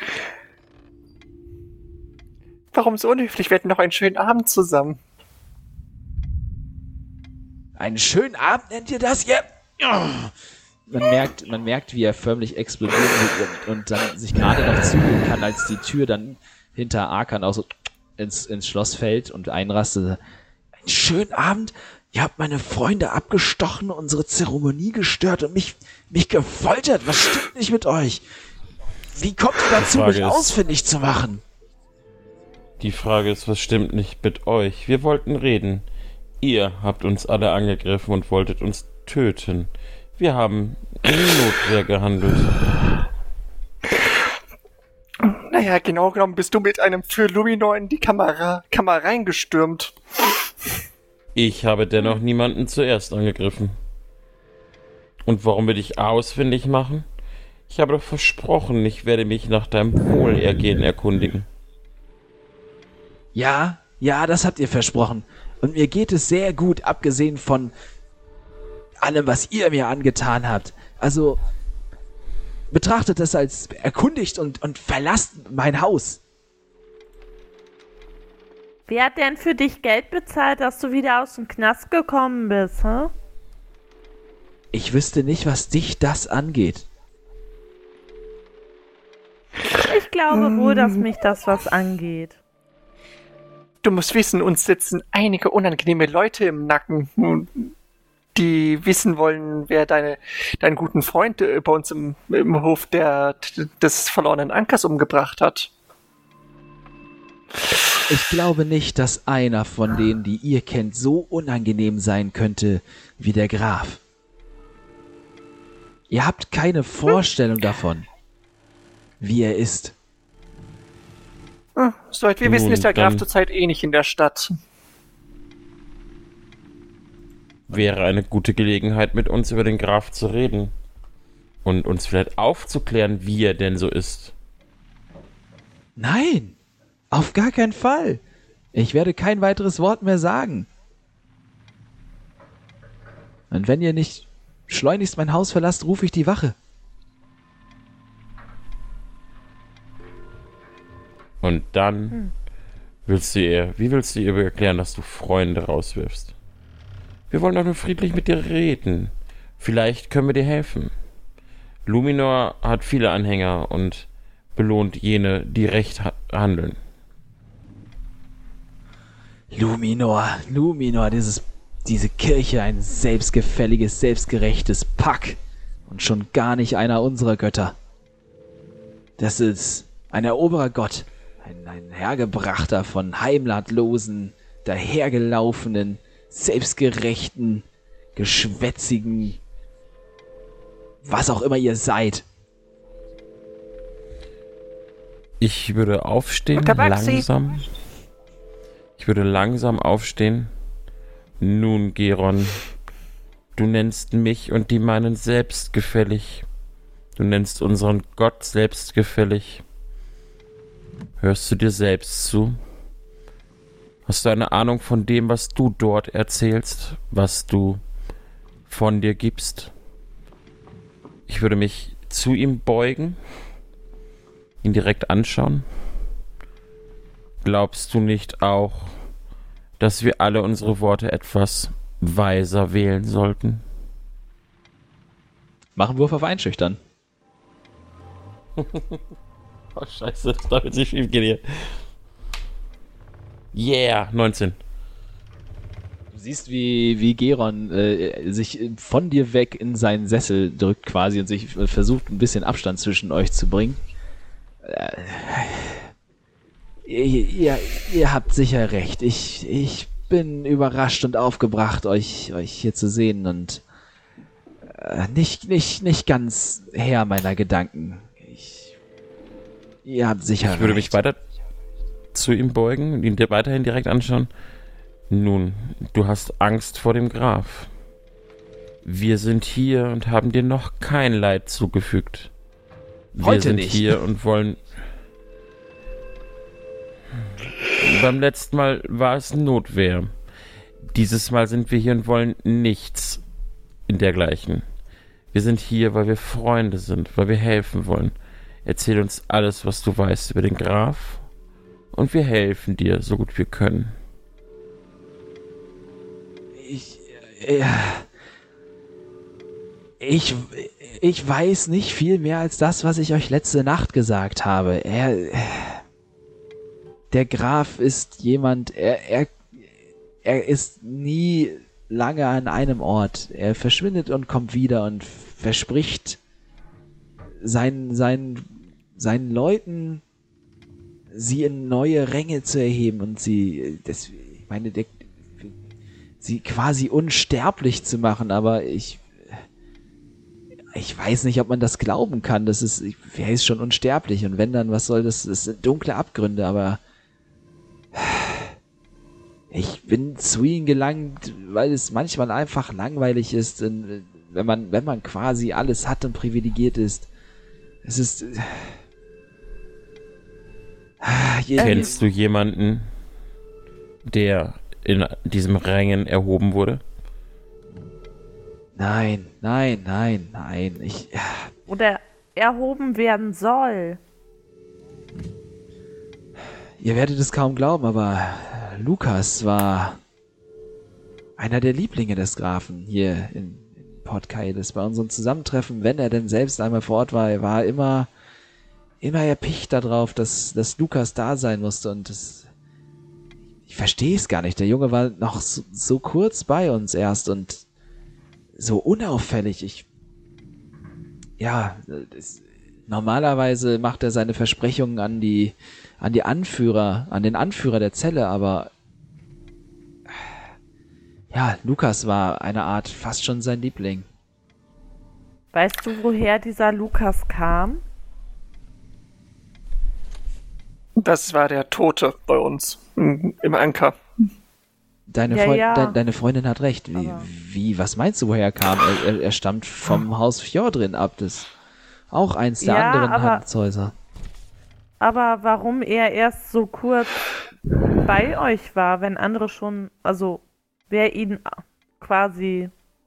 Warum so unhöflich? Wir hatten noch einen schönen Abend zusammen. Einen schönen Abend nennt ihr das? Ja. Man merkt, wie er förmlich explodiert und dann sich gerade noch zügeln kann, als die Tür dann hinter Akan auch so ins Schloss fällt und einrastet. Einen schönen Abend? Ihr habt meine Freunde abgestochen, unsere Zeremonie gestört und mich gefoltert. Was stimmt nicht mit euch? Wie kommt ihr dazu, mich ausfindig zu machen? Die Frage ist, was stimmt nicht mit euch? Wir wollten reden. Ihr habt uns alle angegriffen und wolltet uns töten. Wir haben in Notwehr gehandelt. Naja, genau genommen bist du mit einem für Luminor in die Kammer reingestürmt. Ich habe dennoch niemanden zuerst angegriffen. Und warum will ich ausfindig machen? Ich habe doch versprochen, ich werde mich nach deinem Wohlergehen erkundigen. Ja, das habt ihr versprochen. Und mir geht es sehr gut, abgesehen von allem, was ihr mir angetan habt. Also, betrachtet das als erkundigt und verlasst mein Haus. Wer hat denn für dich Geld bezahlt, dass du wieder aus dem Knast gekommen bist, hä? Ich wüsste nicht, was dich das angeht. Ich glaube wohl, dass mich das was angeht. Du musst wissen, uns sitzen einige unangenehme Leute im Nacken, die wissen wollen, wer deinen guten Freund bei uns im Hof des verlorenen Ankers umgebracht hat. Ich glaube nicht, dass einer von denen, die ihr kennt, so unangenehm sein könnte wie der Graf. Ihr habt keine Vorstellung davon, wie er ist. Soweit wir wissen, ist der Graf zurzeit eh nicht in der Stadt. Wäre eine gute Gelegenheit, mit uns über den Graf zu reden. Und uns vielleicht aufzuklären, wie er denn so ist. Nein, auf gar keinen Fall. Ich werde kein weiteres Wort mehr sagen. Und wenn ihr nicht schleunigst mein Haus verlasst, rufe ich die Wache. Und dann willst du ihr erklären, dass du Freunde rauswirfst? Wir wollen doch nur friedlich mit dir reden. Vielleicht können wir dir helfen. Luminor hat viele Anhänger und belohnt jene, die recht handeln. Luminor, diese Kirche, ein selbstgefälliges, selbstgerechtes Pack und schon gar nicht einer unserer Götter. Das ist ein Eroberer Gott, ein Hergebrachter von Heimatlosen, dahergelaufenen, selbstgerechten, geschwätzigen, was auch immer ihr seid. Ich würde aufstehen, langsam. Ich würde langsam aufstehen. Nun, Geron, du nennst mich und die meinen selbstgefällig. Du nennst unseren Gott selbstgefällig. Hörst du dir selbst zu? Hast du eine Ahnung von dem, was du dort erzählst, was du von dir gibst? Ich würde mich zu ihm beugen, ihn direkt anschauen. Glaubst du nicht auch, dass wir alle unsere Worte etwas weiser wählen sollten? Mach einen Wurf auf Einschüchtern. Oh, scheiße, das darf jetzt nicht schief gehen hier. Yeah, 19. Du siehst, wie Geron sich von dir weg in seinen Sessel drückt quasi und sich versucht, ein bisschen Abstand zwischen euch zu bringen. Ihr habt sicher recht. Ich bin überrascht und aufgebracht, euch hier zu sehen und nicht ganz Herr meiner Gedanken. Ihr habt sicher recht. Ich würde mich weiter zu ihm beugen und ihn dir weiterhin direkt anschauen. Nun, du hast Angst vor dem Graf. Wir sind hier und haben dir noch kein Leid zugefügt. Wir sind nicht. Hier und wollen... Beim letzten Mal war es Notwehr. Dieses Mal sind wir hier und wollen nichts in dergleichen. Wir sind hier, weil wir Freunde sind, weil wir helfen wollen. Erzähl uns alles, was du weißt über den Graf und wir helfen dir, so gut wir können. Ich weiß nicht viel mehr als das, was ich euch letzte Nacht gesagt habe. Der Graf ist jemand, er ist nie lange an einem Ort. Er verschwindet und kommt wieder und verspricht seinen Leuten, sie in neue Ränge zu erheben und sie quasi unsterblich zu machen, aber ich weiß nicht, ob man das glauben kann. Wer ist schon unsterblich? Und wenn dann, was soll das? Das sind dunkle Abgründe, aber ich bin zu ihnen gelangt, weil es manchmal einfach langweilig ist, wenn man quasi alles hat und privilegiert ist. Es ist... Kennst du jemanden, der in diesem Rängen erhoben wurde? Nein. Oder erhoben werden soll. Ihr werdet es kaum glauben, aber Lukas war einer der Lieblinge des Grafen hier in Port Kailis. Bei unserem Zusammentreffen, wenn er denn selbst einmal vor Ort war, er war immer erpicht darauf, dass Lukas da sein musste und ich verstehe es gar nicht. Der Junge war noch so kurz bei uns erst und so unauffällig. Normalerweise macht er seine Versprechungen an den Anführer der Zelle, aber ja, Lukas war eine Art fast schon sein Liebling. Weißt du, woher dieser Lukas kam? Das war der Tote bei uns im Anker. Deine Freundin hat recht. Was meinst du, woher er kam? Er stammt vom Haus Fjordrin ab. Das ist auch eins der anderen Handelshäuser. Aber warum er erst so kurz bei euch war, wenn andere schon, also wer ihn quasi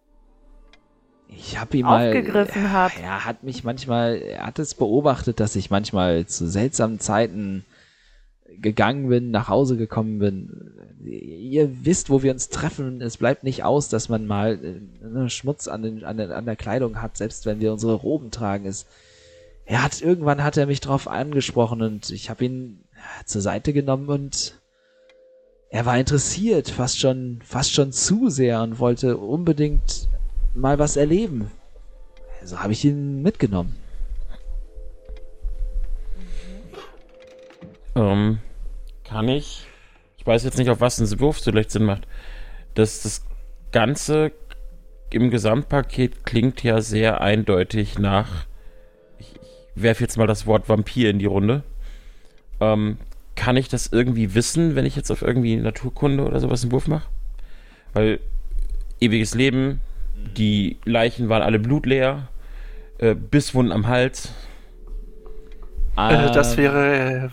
aufgegriffen hat? Er hat es beobachtet, dass ich manchmal zu seltsamen Zeiten gegangen bin, nach Hause gekommen bin. Ihr wisst, wo wir uns treffen. Es bleibt nicht aus, dass man mal Schmutz an der Kleidung hat, selbst wenn wir unsere Roben tragen. Irgendwann hat er mich drauf angesprochen und ich habe ihn zur Seite genommen und er war interessiert, fast schon zu sehr und wollte unbedingt mal was erleben. Also habe ich ihn mitgenommen. Kann ich weiß jetzt nicht, auf was ein Wurf vielleicht Sinn macht, dass das Ganze im Gesamtpaket klingt ja sehr eindeutig nach, ich werfe jetzt mal das Wort Vampir in die Runde. Kann ich das irgendwie wissen, wenn ich jetzt auf irgendwie Naturkunde oder sowas einen Wurf mache? Weil ewiges Leben, die Leichen waren alle blutleer, Bisswunden am Hals. Das wäre...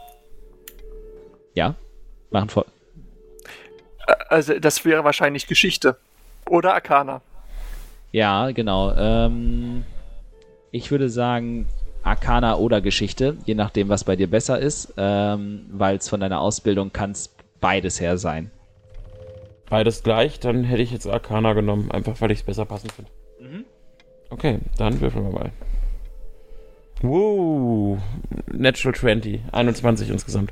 Ja, machen voll. Also das wäre wahrscheinlich Geschichte. Oder Arcana. Ja, genau. Ich würde sagen Arcana oder Geschichte, je nachdem, was bei dir besser ist, weil es von deiner Ausbildung kann es beides her sein. Beides gleich, dann hätte ich jetzt Arcana genommen, einfach weil ich es besser passend finde. Mhm. Okay, dann würfeln wir mal. Wow, Natural 20, 21 insgesamt.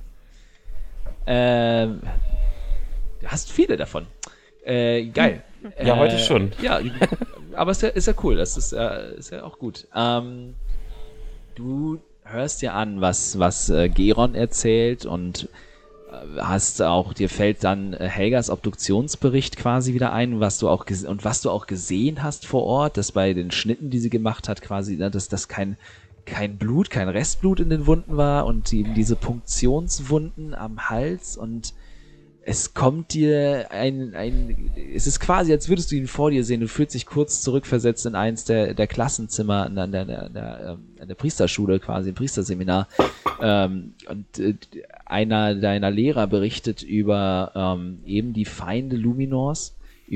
Du hast viele davon. Geil. Ja, heute schon. Ja, aber ist ja cool, das ist ja auch gut. Du hörst dir an, was Geron erzählt und dir fällt dann Helgas Obduktionsbericht quasi wieder ein, was du auch gesehen hast vor Ort, dass bei den Schnitten, die sie gemacht hat, quasi, dass das kein Blut, kein Restblut in den Wunden war und eben diese Punktionswunden am Hals und es kommt dir es ist quasi, als würdest du ihn vor dir sehen, du fühlst dich kurz zurückversetzt in eins der Klassenzimmer an der Priesterschule, quasi im Priesterseminar, und einer deiner Lehrer berichtet über eben die Feinde Luminors,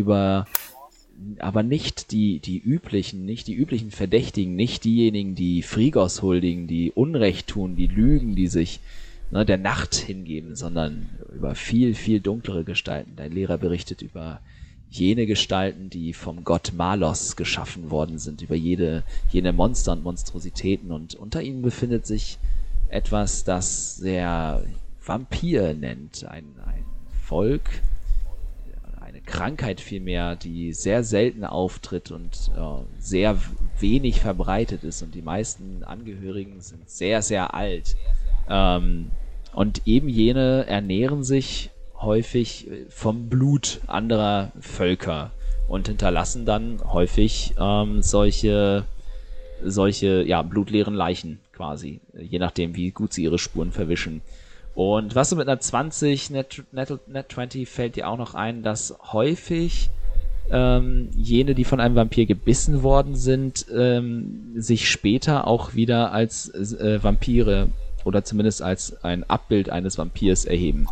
aber nicht die üblichen Verdächtigen, nicht diejenigen, die Frigos huldigen, die Unrecht tun, die lügen, die sich der Nacht hingeben, sondern über viel, viel dunklere Gestalten. Dein Lehrer berichtet über jene Gestalten, die vom Gott Malos geschaffen worden sind, über jene Monster und Monstrositäten, und unter ihnen befindet sich etwas, das der Vampir nennt, ein Volk, eine Krankheit vielmehr, die sehr selten auftritt und sehr wenig verbreitet ist, und die meisten Angehörigen sind sehr, sehr alt. Und eben jene ernähren sich häufig vom Blut anderer Völker und hinterlassen dann häufig solche blutleeren Leichen quasi, je nachdem, wie gut sie ihre Spuren verwischen. Und was du mit einer 20, Net 20, fällt dir auch noch ein, dass häufig jene, die von einem Vampir gebissen worden sind, sich später auch wieder als Vampire oder zumindest als ein Abbild eines Vampirs erheben.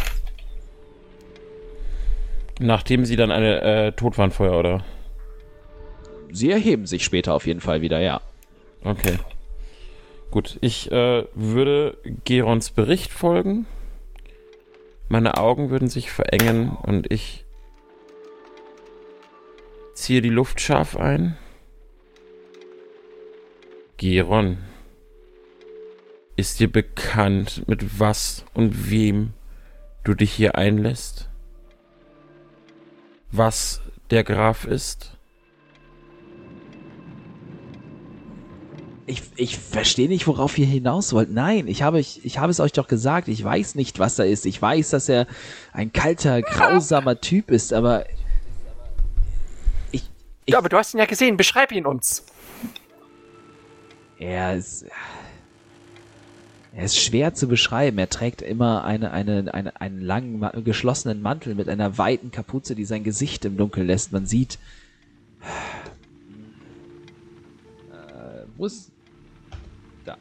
Nachdem sie dann eine tot waren vorher, oder? Sie erheben sich später auf jeden Fall wieder, ja. Okay. Gut, ich würde Gerons Bericht folgen. Meine Augen würden sich verengen und ich ziehe die Luft scharf ein. Geron, ist dir bekannt, mit was und wem du dich hier einlässt? Was der Graf ist? Ich verstehe nicht, worauf ihr hinaus wollt. Nein, ich habe es euch doch gesagt. Ich weiß nicht, was er ist. Ich weiß, dass er ein kalter, grausamer Typ ist, aber Ja, aber du hast ihn ja gesehen. Beschreib ihn uns. Er ist schwer zu beschreiben. Er trägt immer einen langen, geschlossenen Mantel mit einer weiten Kapuze, die sein Gesicht im Dunkeln lässt. Man sieht... wo ist... Da.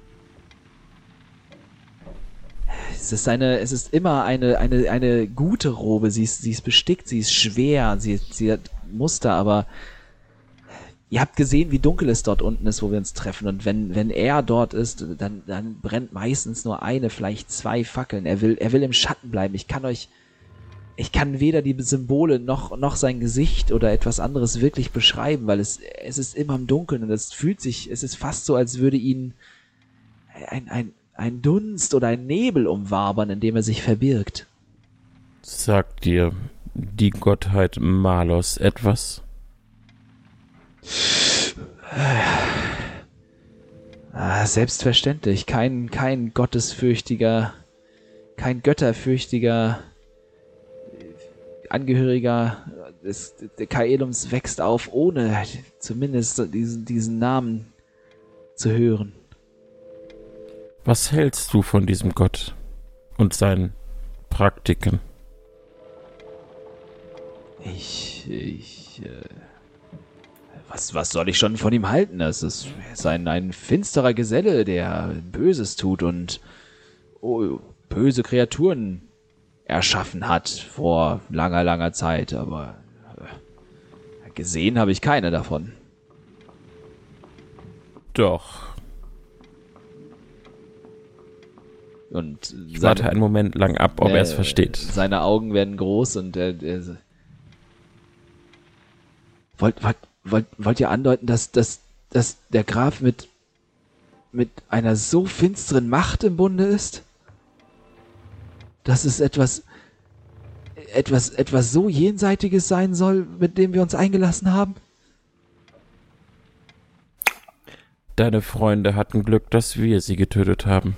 Es ist immer eine gute Robe. Sie ist bestickt, sie ist schwer, sie hat Muster, aber... Ihr habt gesehen, wie dunkel es dort unten ist, wo wir uns treffen. Und wenn er dort ist, dann brennt meistens nur eine, vielleicht 2 Fackeln. Er will im Schatten bleiben. Ich kann weder die Symbole noch sein Gesicht oder etwas anderes wirklich beschreiben, weil es ist immer im Dunkeln und es ist fast so, als würde ihn ein Dunst oder ein Nebel umwabern, in dem er sich verbirgt. Sagt dir die Gottheit Malos etwas? Selbstverständlich. Kein gottesfürchtiger, kein götterfürchtiger Angehöriger des Kaelums wächst auf, ohne zumindest diesen Namen zu hören. Was hältst du von diesem Gott und seinen Praktiken? Was soll ich schon von ihm halten? Er ist ein finsterer Geselle, der Böses tut und böse Kreaturen erschaffen hat vor langer, langer Zeit, aber gesehen habe ich keine davon. Doch. Und ich warte einen Moment lang ab, ob er es versteht. Seine Augen werden groß und er Wollt ihr andeuten, dass der Graf mit einer so finsteren Macht im Bunde ist? Dass es etwas so Jenseitiges sein soll, mit dem wir uns eingelassen haben? Deine Freunde hatten Glück, dass wir sie getötet haben.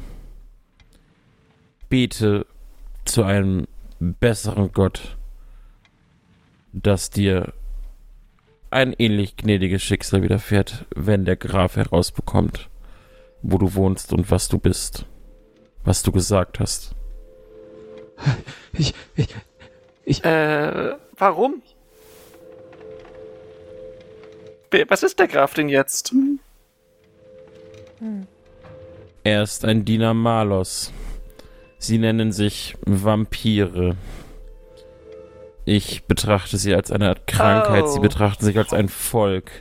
Bete zu einem besseren Gott, dass dir ein ähnlich gnädiges Schicksal widerfährt, wenn der Graf herausbekommt, wo du wohnst und was du bist, was du gesagt hast. Warum? Was ist der Graf denn jetzt? Er ist ein Diener Malos. Sie nennen sich Vampire. Ich betrachte sie als eine Art Krankheit. Sie betrachten sich als ein Volk.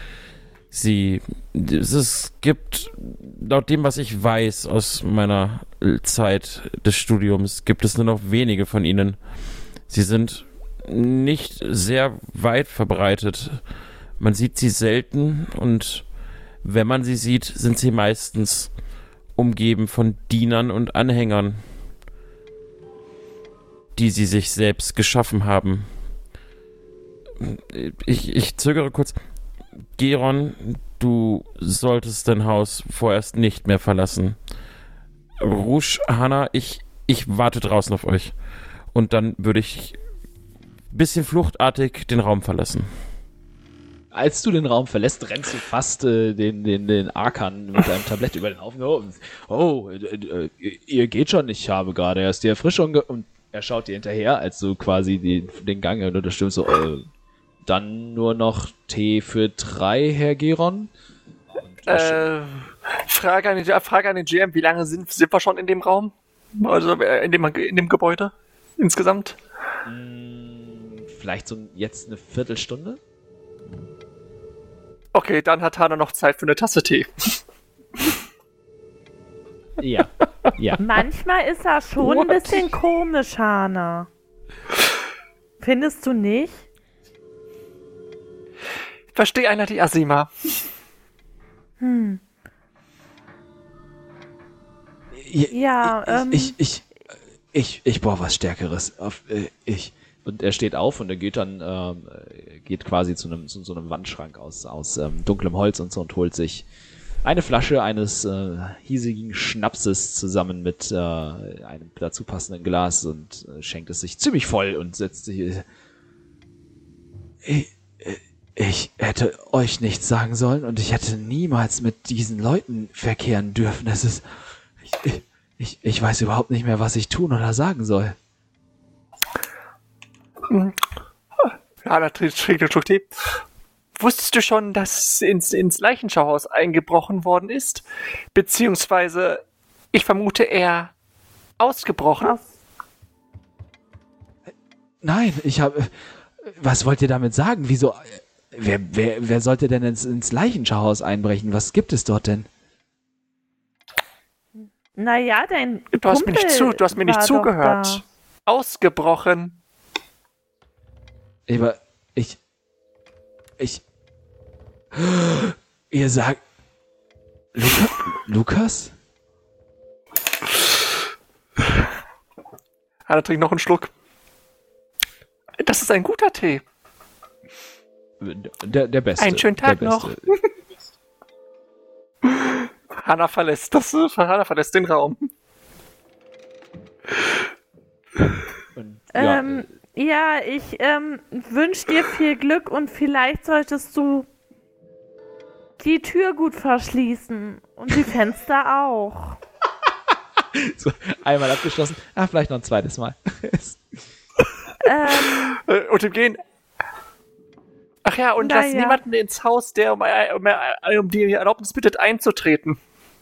Es gibt, laut dem, was ich weiß aus meiner Zeit des Studiums, gibt es nur noch wenige von ihnen. Sie sind nicht sehr weit verbreitet. Man sieht sie selten und wenn man sie sieht, sind sie meistens umgeben von Dienern und Anhängern, die sie sich selbst geschaffen haben. Ich zögere kurz. Geron, du solltest dein Haus vorerst nicht mehr verlassen. Rouge, Hannah, ich warte draußen auf euch. Und dann würde ich ein bisschen fluchtartig den Raum verlassen. Als du den Raum verlässt, rennst du fast den Arkan mit deinem Tablett über den Haufen. Ihr geht schon, ich habe gerade erst die Erfrischung und er schaut dir hinterher, als du quasi den Gang unterstützt. Dann nur noch Tee für 3, Herr Geron. Frage an den GM, wie lange sind wir schon in dem Raum? Also in dem Gebäude insgesamt? Vielleicht so jetzt eine Viertelstunde? Okay, dann hat Hannah noch Zeit für eine Tasse Tee. Ja. Manchmal ist er schon ein bisschen komisch, Hannah. Findest du nicht? Versteh einer die Asima. Ich brauche was Stärkeres. Und er steht auf und er geht dann, geht quasi zu so einem Wandschrank aus dunklem Holz und so und holt sich eine Flasche eines hiesigen Schnapses zusammen mit einem dazu passenden Glas und schenkt es sich ziemlich voll und setzt sich. Ich hätte euch nichts sagen sollen und ich hätte niemals mit diesen Leuten verkehren dürfen. Es ist. Ich weiß überhaupt nicht mehr, was ich tun oder sagen soll. Ja, da trinkt einen Schluck Tee. Wusstest du schon, dass ins Leichenschauhaus eingebrochen worden ist? Beziehungsweise, ich vermute, er ausgebrochen. Nein, was wollt ihr damit sagen? Wieso? Wer sollte denn ins Leichenschauhaus einbrechen? Was gibt es dort denn? Naja, Du hast mir nicht zugehört. Ausgebrochen. Aber ihr sagt Lukas? Hanna trinkt noch einen Schluck. Das ist ein guter Tee. Der beste. Einen schönen Tag noch. Hanna verlässt den Raum. Und, ich wünsche dir viel Glück und vielleicht solltest du die Tür gut verschließen und die Fenster auch. So, einmal abgeschlossen. Vielleicht noch ein zweites Mal. Und im Gehen. Ach ja, und lass niemanden ins Haus, der um die Erlaubnis bittet, einzutreten.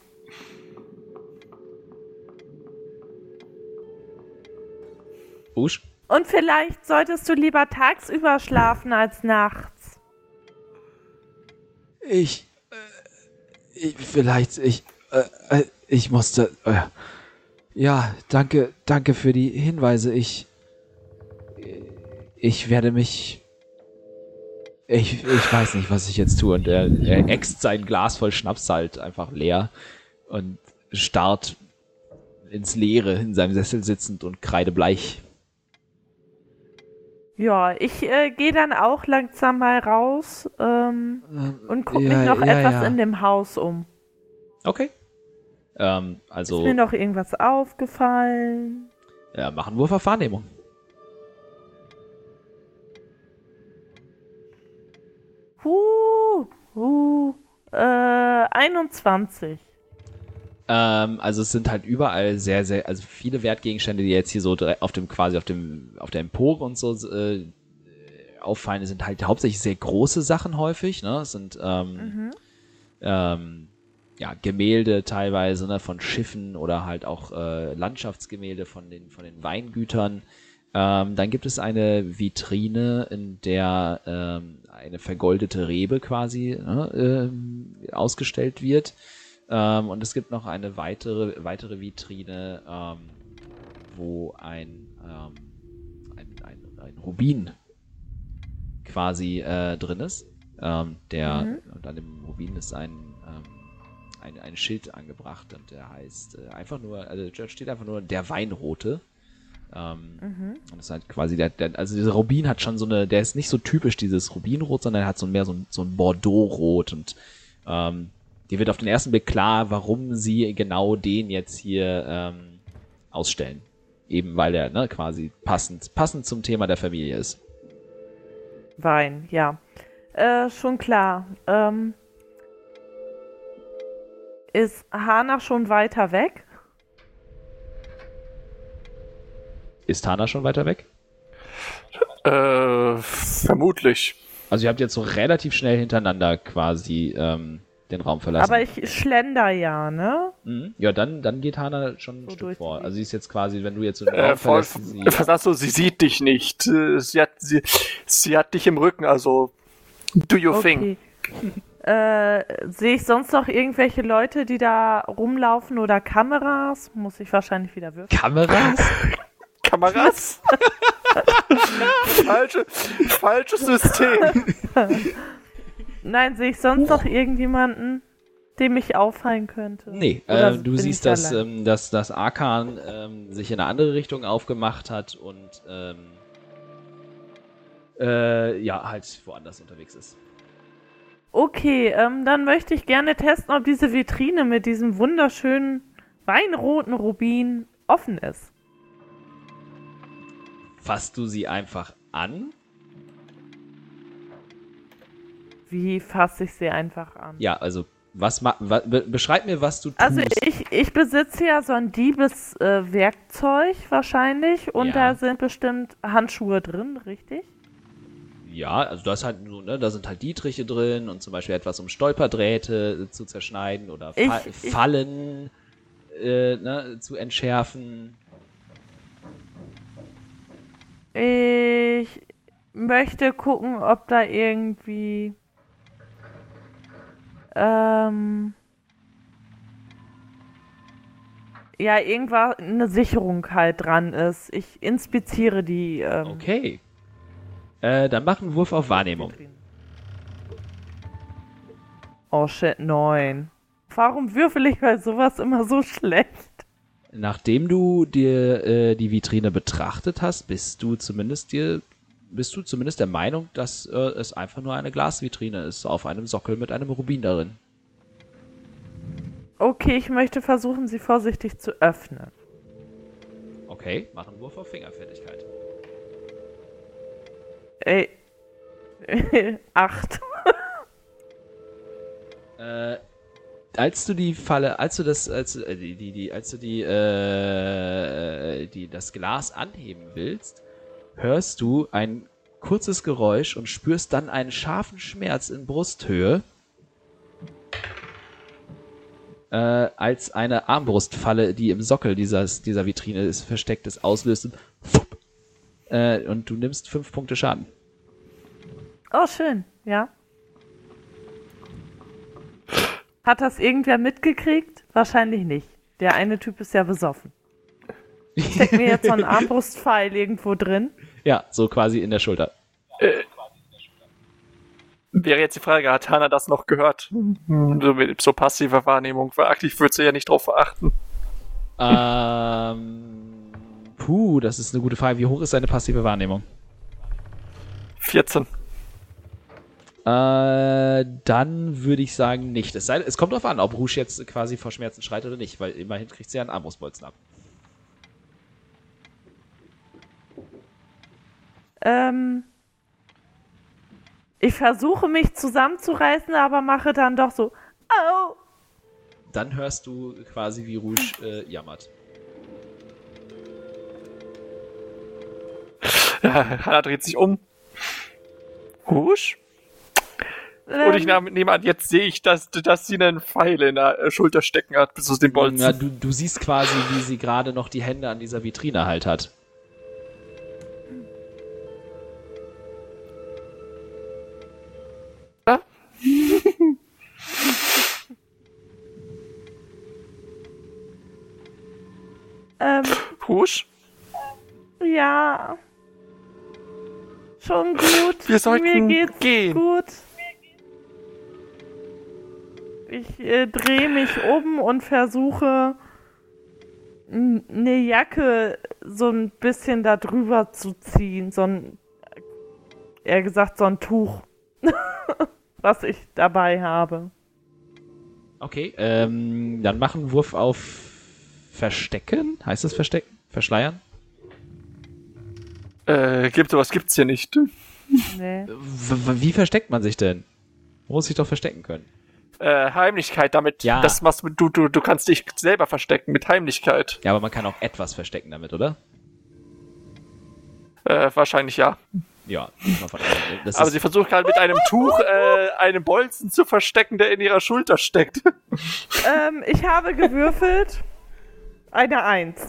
Usch. Und vielleicht solltest du lieber tagsüber schlafen als nachts. Ich musste. Ja, danke für die Hinweise. Ich werde mich. Ich weiß nicht, was ich jetzt tue. Und er äxt sein Glas voll Schnaps halt einfach leer und starrt ins Leere in seinem Sessel sitzend und kreidebleich. Ja, ich gehe dann auch langsam mal raus und gucke mich noch etwas in dem Haus um. Okay. Ist mir noch irgendwas aufgefallen? Ja, machen wir auf Wahrnehmung. 21. Also es sind halt überall sehr, sehr, also viele Wertgegenstände, die jetzt hier so auf der Empore und so auffallen, sind halt hauptsächlich sehr große Sachen häufig, ne? Es sind Gemälde teilweise, ne, von Schiffen oder halt auch Landschaftsgemälde von den Weingütern. Dann gibt es eine Vitrine, in der eine vergoldete Rebe quasi ausgestellt wird. Und es gibt noch eine weitere Vitrine, wo ein Rubin quasi drin ist. Und an dem Rubin ist ein Schild angebracht und der heißt steht einfach nur der Weinrote. Und das ist halt quasi also dieser Rubin hat schon der ist nicht so typisch dieses Rubinrot, sondern er hat so ein Bordeaux-Rot und dir wird auf den ersten Blick klar, warum sie genau den jetzt hier ausstellen. Eben weil er quasi passend zum Thema der Familie ist. Wein, ja. Schon klar. Ist Hana schon weiter weg? Ist Hana schon weiter weg? Vermutlich. Also ihr habt jetzt so relativ schnell hintereinander quasi den Raum verlassen. Aber ich schlender ja, ne? Mhm. Ja, dann geht Hana schon ein Stück vor. Also sie ist jetzt quasi, wenn du jetzt so den Raum verlässt... Sie sieht dich nicht. Sie hat dich im Rücken, also do your thing. Sehe ich sonst noch irgendwelche Leute, die da rumlaufen oder Kameras? Muss ich wahrscheinlich wieder würfeln. Kameras? Falsches System. Nein, sehe ich sonst noch irgendjemanden, dem ich auffallen könnte? Nee, du siehst, dass Arkan sich in eine andere Richtung aufgemacht hat und halt woanders unterwegs ist. Okay, dann möchte ich gerne testen, ob diese Vitrine mit diesem wunderschönen weinroten Rubin offen ist. Fasst du sie einfach an? Wie fasse ich sie einfach an? Ja, also beschreib mir, was du tust. Also ich besitze ja so ein Diebeswerkzeug wahrscheinlich und da sind bestimmt Handschuhe drin, richtig? Ja, also da sind halt Dietriche drin und zum Beispiel etwas, um Stolperdrähte zu zerschneiden oder Fallen zu entschärfen. Ich möchte gucken, ob da irgendwie irgendwas, eine Sicherung halt dran ist. Ich inspiziere die. Okay. Dann mach einen Wurf auf Wahrnehmung. Oh shit, 9. Warum würfel ich bei sowas immer so schlecht? Nachdem du dir die Vitrine betrachtet hast, bist du zumindest der Meinung, dass es einfach nur eine Glasvitrine ist, auf einem Sockel mit einem Rubin darin. Okay, ich möchte versuchen, sie vorsichtig zu öffnen. Okay, mach einen Wurf auf Fingerfertigkeit. 8. Als du das Glas anheben willst, hörst du ein kurzes Geräusch und spürst dann einen scharfen Schmerz in Brusthöhe, als eine Armbrustfalle, die im Sockel dieser Vitrine versteckt ist, auslöst und du nimmst 5 Punkte Schaden. Oh, schön, ja. Hat das irgendwer mitgekriegt? Wahrscheinlich nicht. Der eine Typ ist ja besoffen. Steckt mir jetzt so ein Armbrustpfeil irgendwo drin? Ja, so quasi in der Schulter. Wäre jetzt die Frage, hat Hana das noch gehört? So passive Wahrnehmung. Aktiv würde sie ja nicht drauf verachten. Das ist eine gute Frage. Wie hoch ist deine passive Wahrnehmung? 14. Dann würde ich sagen nicht. Es kommt darauf an, ob Rouge jetzt quasi vor Schmerzen schreit oder nicht, weil immerhin kriegt sie ja einen Armbrustbolzen ab. Ich versuche mich zusammenzureißen, aber mache dann doch so, au! Dann hörst du quasi, wie Rouge jammert. Ja, Hannah dreht sich um. Rouge? Und ich nehme an, jetzt sehe ich, dass sie einen Pfeil in der Schulter stecken hat, bis aus dem Bolzen. Ja, du siehst quasi, wie sie gerade noch die Hände an dieser Vitrine halt hat. Rouge? Ja. Schon gut. Wir sollten Mir geht's gehen. gut. Ich drehe mich um und versuche, eine Jacke so ein bisschen da drüber zu ziehen. So ein Tuch, was ich dabei habe. Okay, dann mach einen Wurf auf Verstecken. Heißt das Verstecken? Verschleiern? Sowas gibt's hier nicht. Nee. Wie versteckt man sich denn? Man muss sich doch verstecken können. Heimlichkeit, damit Ja. das machst du kannst dich selber verstecken mit Heimlichkeit. Ja, aber man kann auch etwas verstecken damit, oder? Wahrscheinlich ja. Ja. Aber sie versucht gerade mit einem Tuch einen Bolzen zu verstecken, der in ihrer Schulter steckt. Ich habe gewürfelt. Eine 1.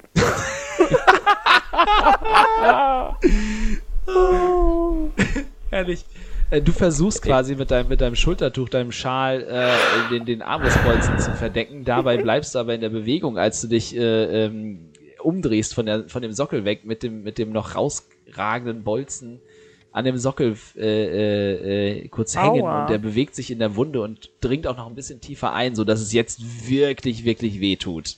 Herrlich. Du versuchst quasi mit deinem Schultertuch, deinem Schal den Armbrustbolzen zu verdecken. Dabei bleibst du aber in der Bewegung, als du dich umdrehst von dem Sockel weg mit dem noch rausragenden Bolzen an dem Sockel kurz hängen. Aua. Und der bewegt sich in der Wunde und dringt auch noch ein bisschen tiefer ein, sodass es jetzt wirklich, wirklich weh tut.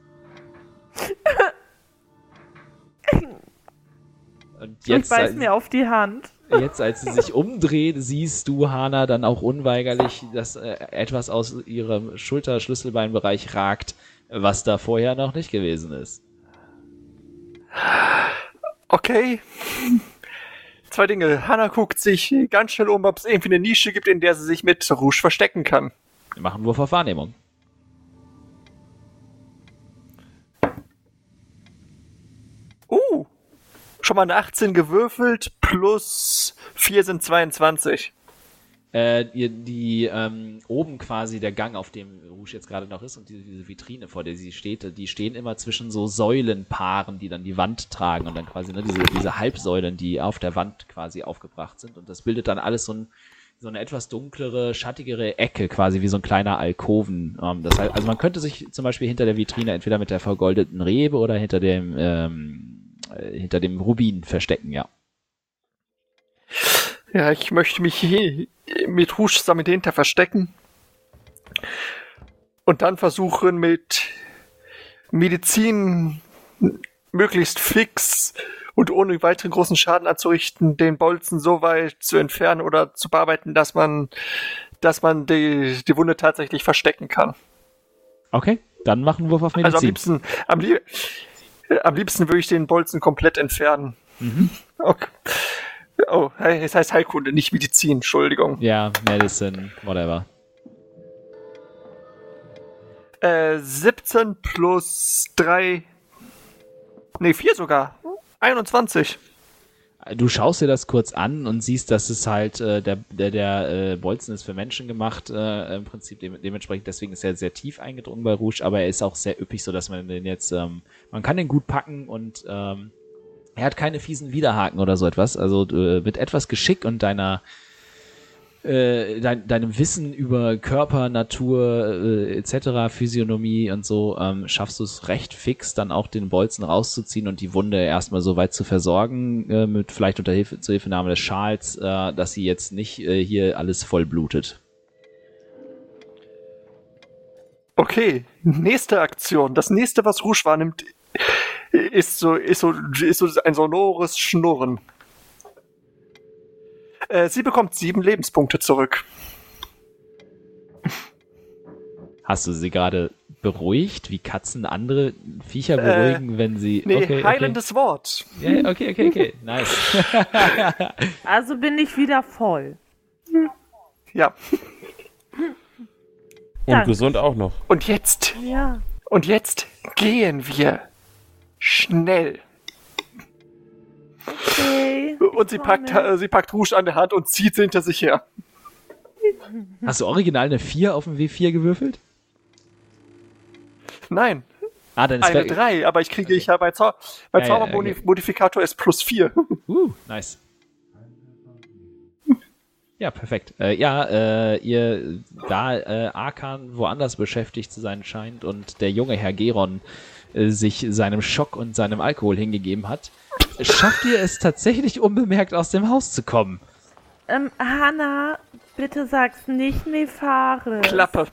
Und jetzt, Ich beiß mir auf die Hand. Jetzt, als sie sich umdreht, siehst du Hannah dann auch unweigerlich, dass etwas aus ihrem Schulter-Schlüsselbeinbereich ragt, was da vorher noch nicht gewesen ist. Okay. 2 Dinge. Hannah guckt sich ganz schnell um, ob es irgendwie eine Nische gibt, in der sie sich mit Rouge verstecken kann. Wir machen Wurf auf Wahrnehmung. Schon mal eine 18 gewürfelt, plus 4 sind 22. Oben quasi der Gang, auf dem Rouge jetzt gerade noch ist und diese Vitrine, vor der sie steht, die stehen immer zwischen so Säulenpaaren, die dann die Wand tragen und dann quasi diese Halbsäulen, die auf der Wand quasi aufgebracht sind und das bildet dann alles so eine etwas dunklere, schattigere Ecke, quasi wie so ein kleiner Alkoven. Das heißt, also man könnte sich zum Beispiel hinter der Vitrine entweder mit der vergoldeten Rebe oder hinter dem Rubin verstecken, ja. Ja, ich möchte mich hier mit Rouge zusammen dahinter verstecken und dann versuchen mit Medizin möglichst fix und ohne weiteren großen Schaden anzurichten, den Bolzen so weit zu entfernen oder zu bearbeiten, dass man die Wunde tatsächlich verstecken kann. Okay, dann machen wir Wurf auf Medizin. Also am liebsten würde ich den Bolzen komplett entfernen. Mhm. Okay. Oh, es heißt Heilkunde, nicht Medizin, Entschuldigung. Ja, Medicine, whatever. 17 plus 3. Ne, 4 sogar. 21. Du schaust dir das kurz an und siehst, dass es halt, der Bolzen ist für Menschen gemacht, im Prinzip dementsprechend, deswegen ist er sehr tief eingedrungen bei Rouge, aber er ist auch sehr üppig, so dass man den jetzt, man kann den gut packen und er hat keine fiesen Widerhaken oder so etwas, also mit etwas Geschick und deinem Wissen über Körper, Natur etc., Physiognomie und so, schaffst du es recht fix, dann auch den Bolzen rauszuziehen und die Wunde erstmal so weit zu versorgen, mit vielleicht zur Hilfenahme des Schals, dass sie jetzt nicht hier alles voll blutet. Okay, nächste Aktion. Das nächste, was Rouge wahrnimmt, ist so ein sonores Schnurren. Sie bekommt 7 Lebenspunkte zurück. Hast du sie gerade beruhigt, wie Katzen andere Viecher beruhigen, wenn sie... Nee, okay, heilendes Wort. Ja, okay. Nice. Also bin ich wieder voll. Ja. Und Danke. gesund auch noch. Und jetzt Ja. gehen wir. Schnell. Okay. Und sie packt Rouge an der Hand und zieht sie hinter sich her. Hast du original eine 4 auf dem W4 gewürfelt? Nein, Dann ist eine 3, aber ich habe bei Zaubermodifikator ist +4. Nice. Ja, perfekt. Ihr, da Arkan woanders beschäftigt zu sein scheint und der junge Herr Geron sich seinem Schock und seinem Alkohol hingegeben hat, schafft ihr es tatsächlich unbemerkt aus dem Haus zu kommen. Hanna, bitte sag's nicht Nefaris. Klappe.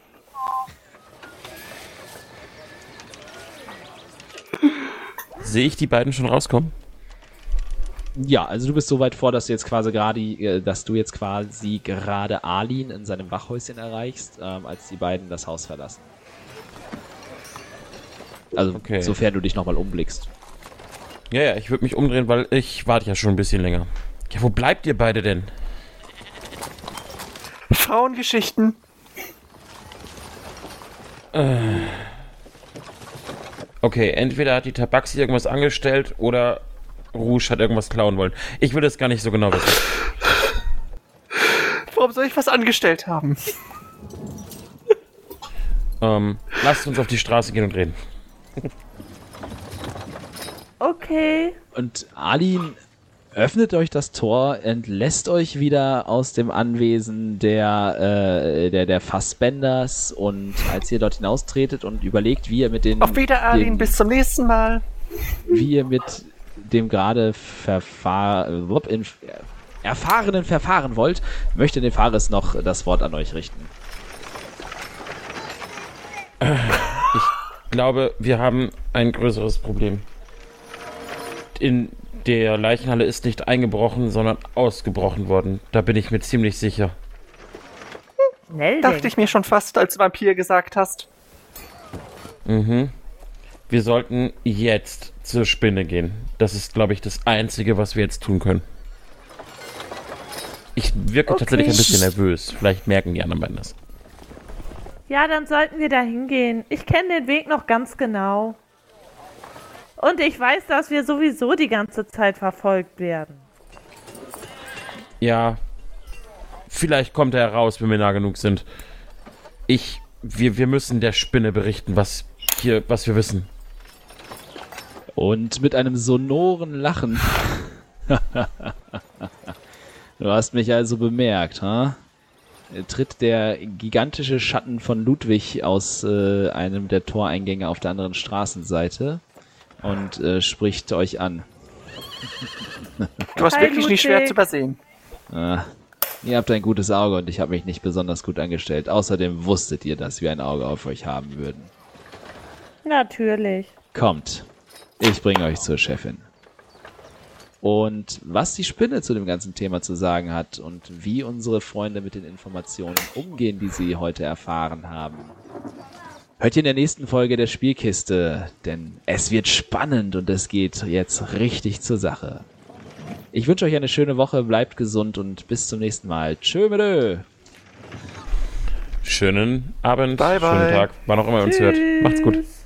Sehe ich die beiden schon rauskommen? Ja, also du bist so weit vor, dass du jetzt quasi gerade Arlin in seinem Wachhäuschen erreichst, als die beiden das Haus verlassen. Also, Okay. sofern du dich nochmal umblickst. Ja, ich würde mich umdrehen, weil ich warte ja schon ein bisschen länger. Ja, wo bleibt ihr beide denn? Frauengeschichten. Okay, entweder hat die Tabaxi irgendwas angestellt oder Rouge hat irgendwas klauen wollen. Ich will das gar nicht so genau wissen. Warum soll ich was angestellt haben? Lasst uns auf die Straße gehen und reden. Okay. Und Arlin öffnet euch das Tor, entlässt euch wieder aus dem Anwesen der Fassbenders, und als ihr dort hinaustretet und überlegt, wie ihr mit den... Auf Wieder, Arlin, bis zum nächsten Mal. Wie ihr mit dem gerade Erfahrenen verfahren wollt, möchte Nefaris noch das Wort an euch richten. Ich glaube, wir haben ein größeres Problem. In der Leichenhalle ist nicht eingebrochen, sondern ausgebrochen worden. Da bin ich mir ziemlich sicher. Schnell Dachte ich mir schon fast, als du Vampir gesagt hast. Wir sollten jetzt zur Spinne gehen. Das ist, glaube ich, das Einzige, was wir jetzt tun können. Ich wirke tatsächlich ein bisschen nervös. Vielleicht merken die anderen beiden das. Ja, dann sollten wir da hingehen. Ich kenne den Weg noch ganz genau. Und ich weiß, dass wir sowieso die ganze Zeit verfolgt werden. Ja, vielleicht kommt er raus, wenn wir nah genug sind. Wir müssen der Spinne berichten, was wir wissen. Und mit einem sonoren Lachen. Du hast mich also bemerkt, ha? Tritt der gigantische Schatten von Ludwig aus einem der Toreingänge auf der anderen Straßenseite und spricht euch an. Du hast Hi, wirklich nicht schwer Ludwig. zu übersehen. Ihr habt ein gutes Auge und ich habe mich nicht besonders gut angestellt. Außerdem wusstet ihr, dass wir ein Auge auf euch haben würden. Natürlich. Kommt, ich bringe euch zur Chefin. Und was die Spinne zu dem ganzen Thema zu sagen hat und wie unsere Freunde mit den Informationen umgehen, die sie heute erfahren haben, hört ihr in der nächsten Folge der Spielkiste, denn es wird spannend und es geht jetzt richtig zur Sache. Ich wünsche euch eine schöne Woche, bleibt gesund und bis zum nächsten Mal. Tschö mit Ö. Schönen Abend, Bye, bye. schönen Tag, wann auch immer ihr uns hört. Macht's gut. Tschüss.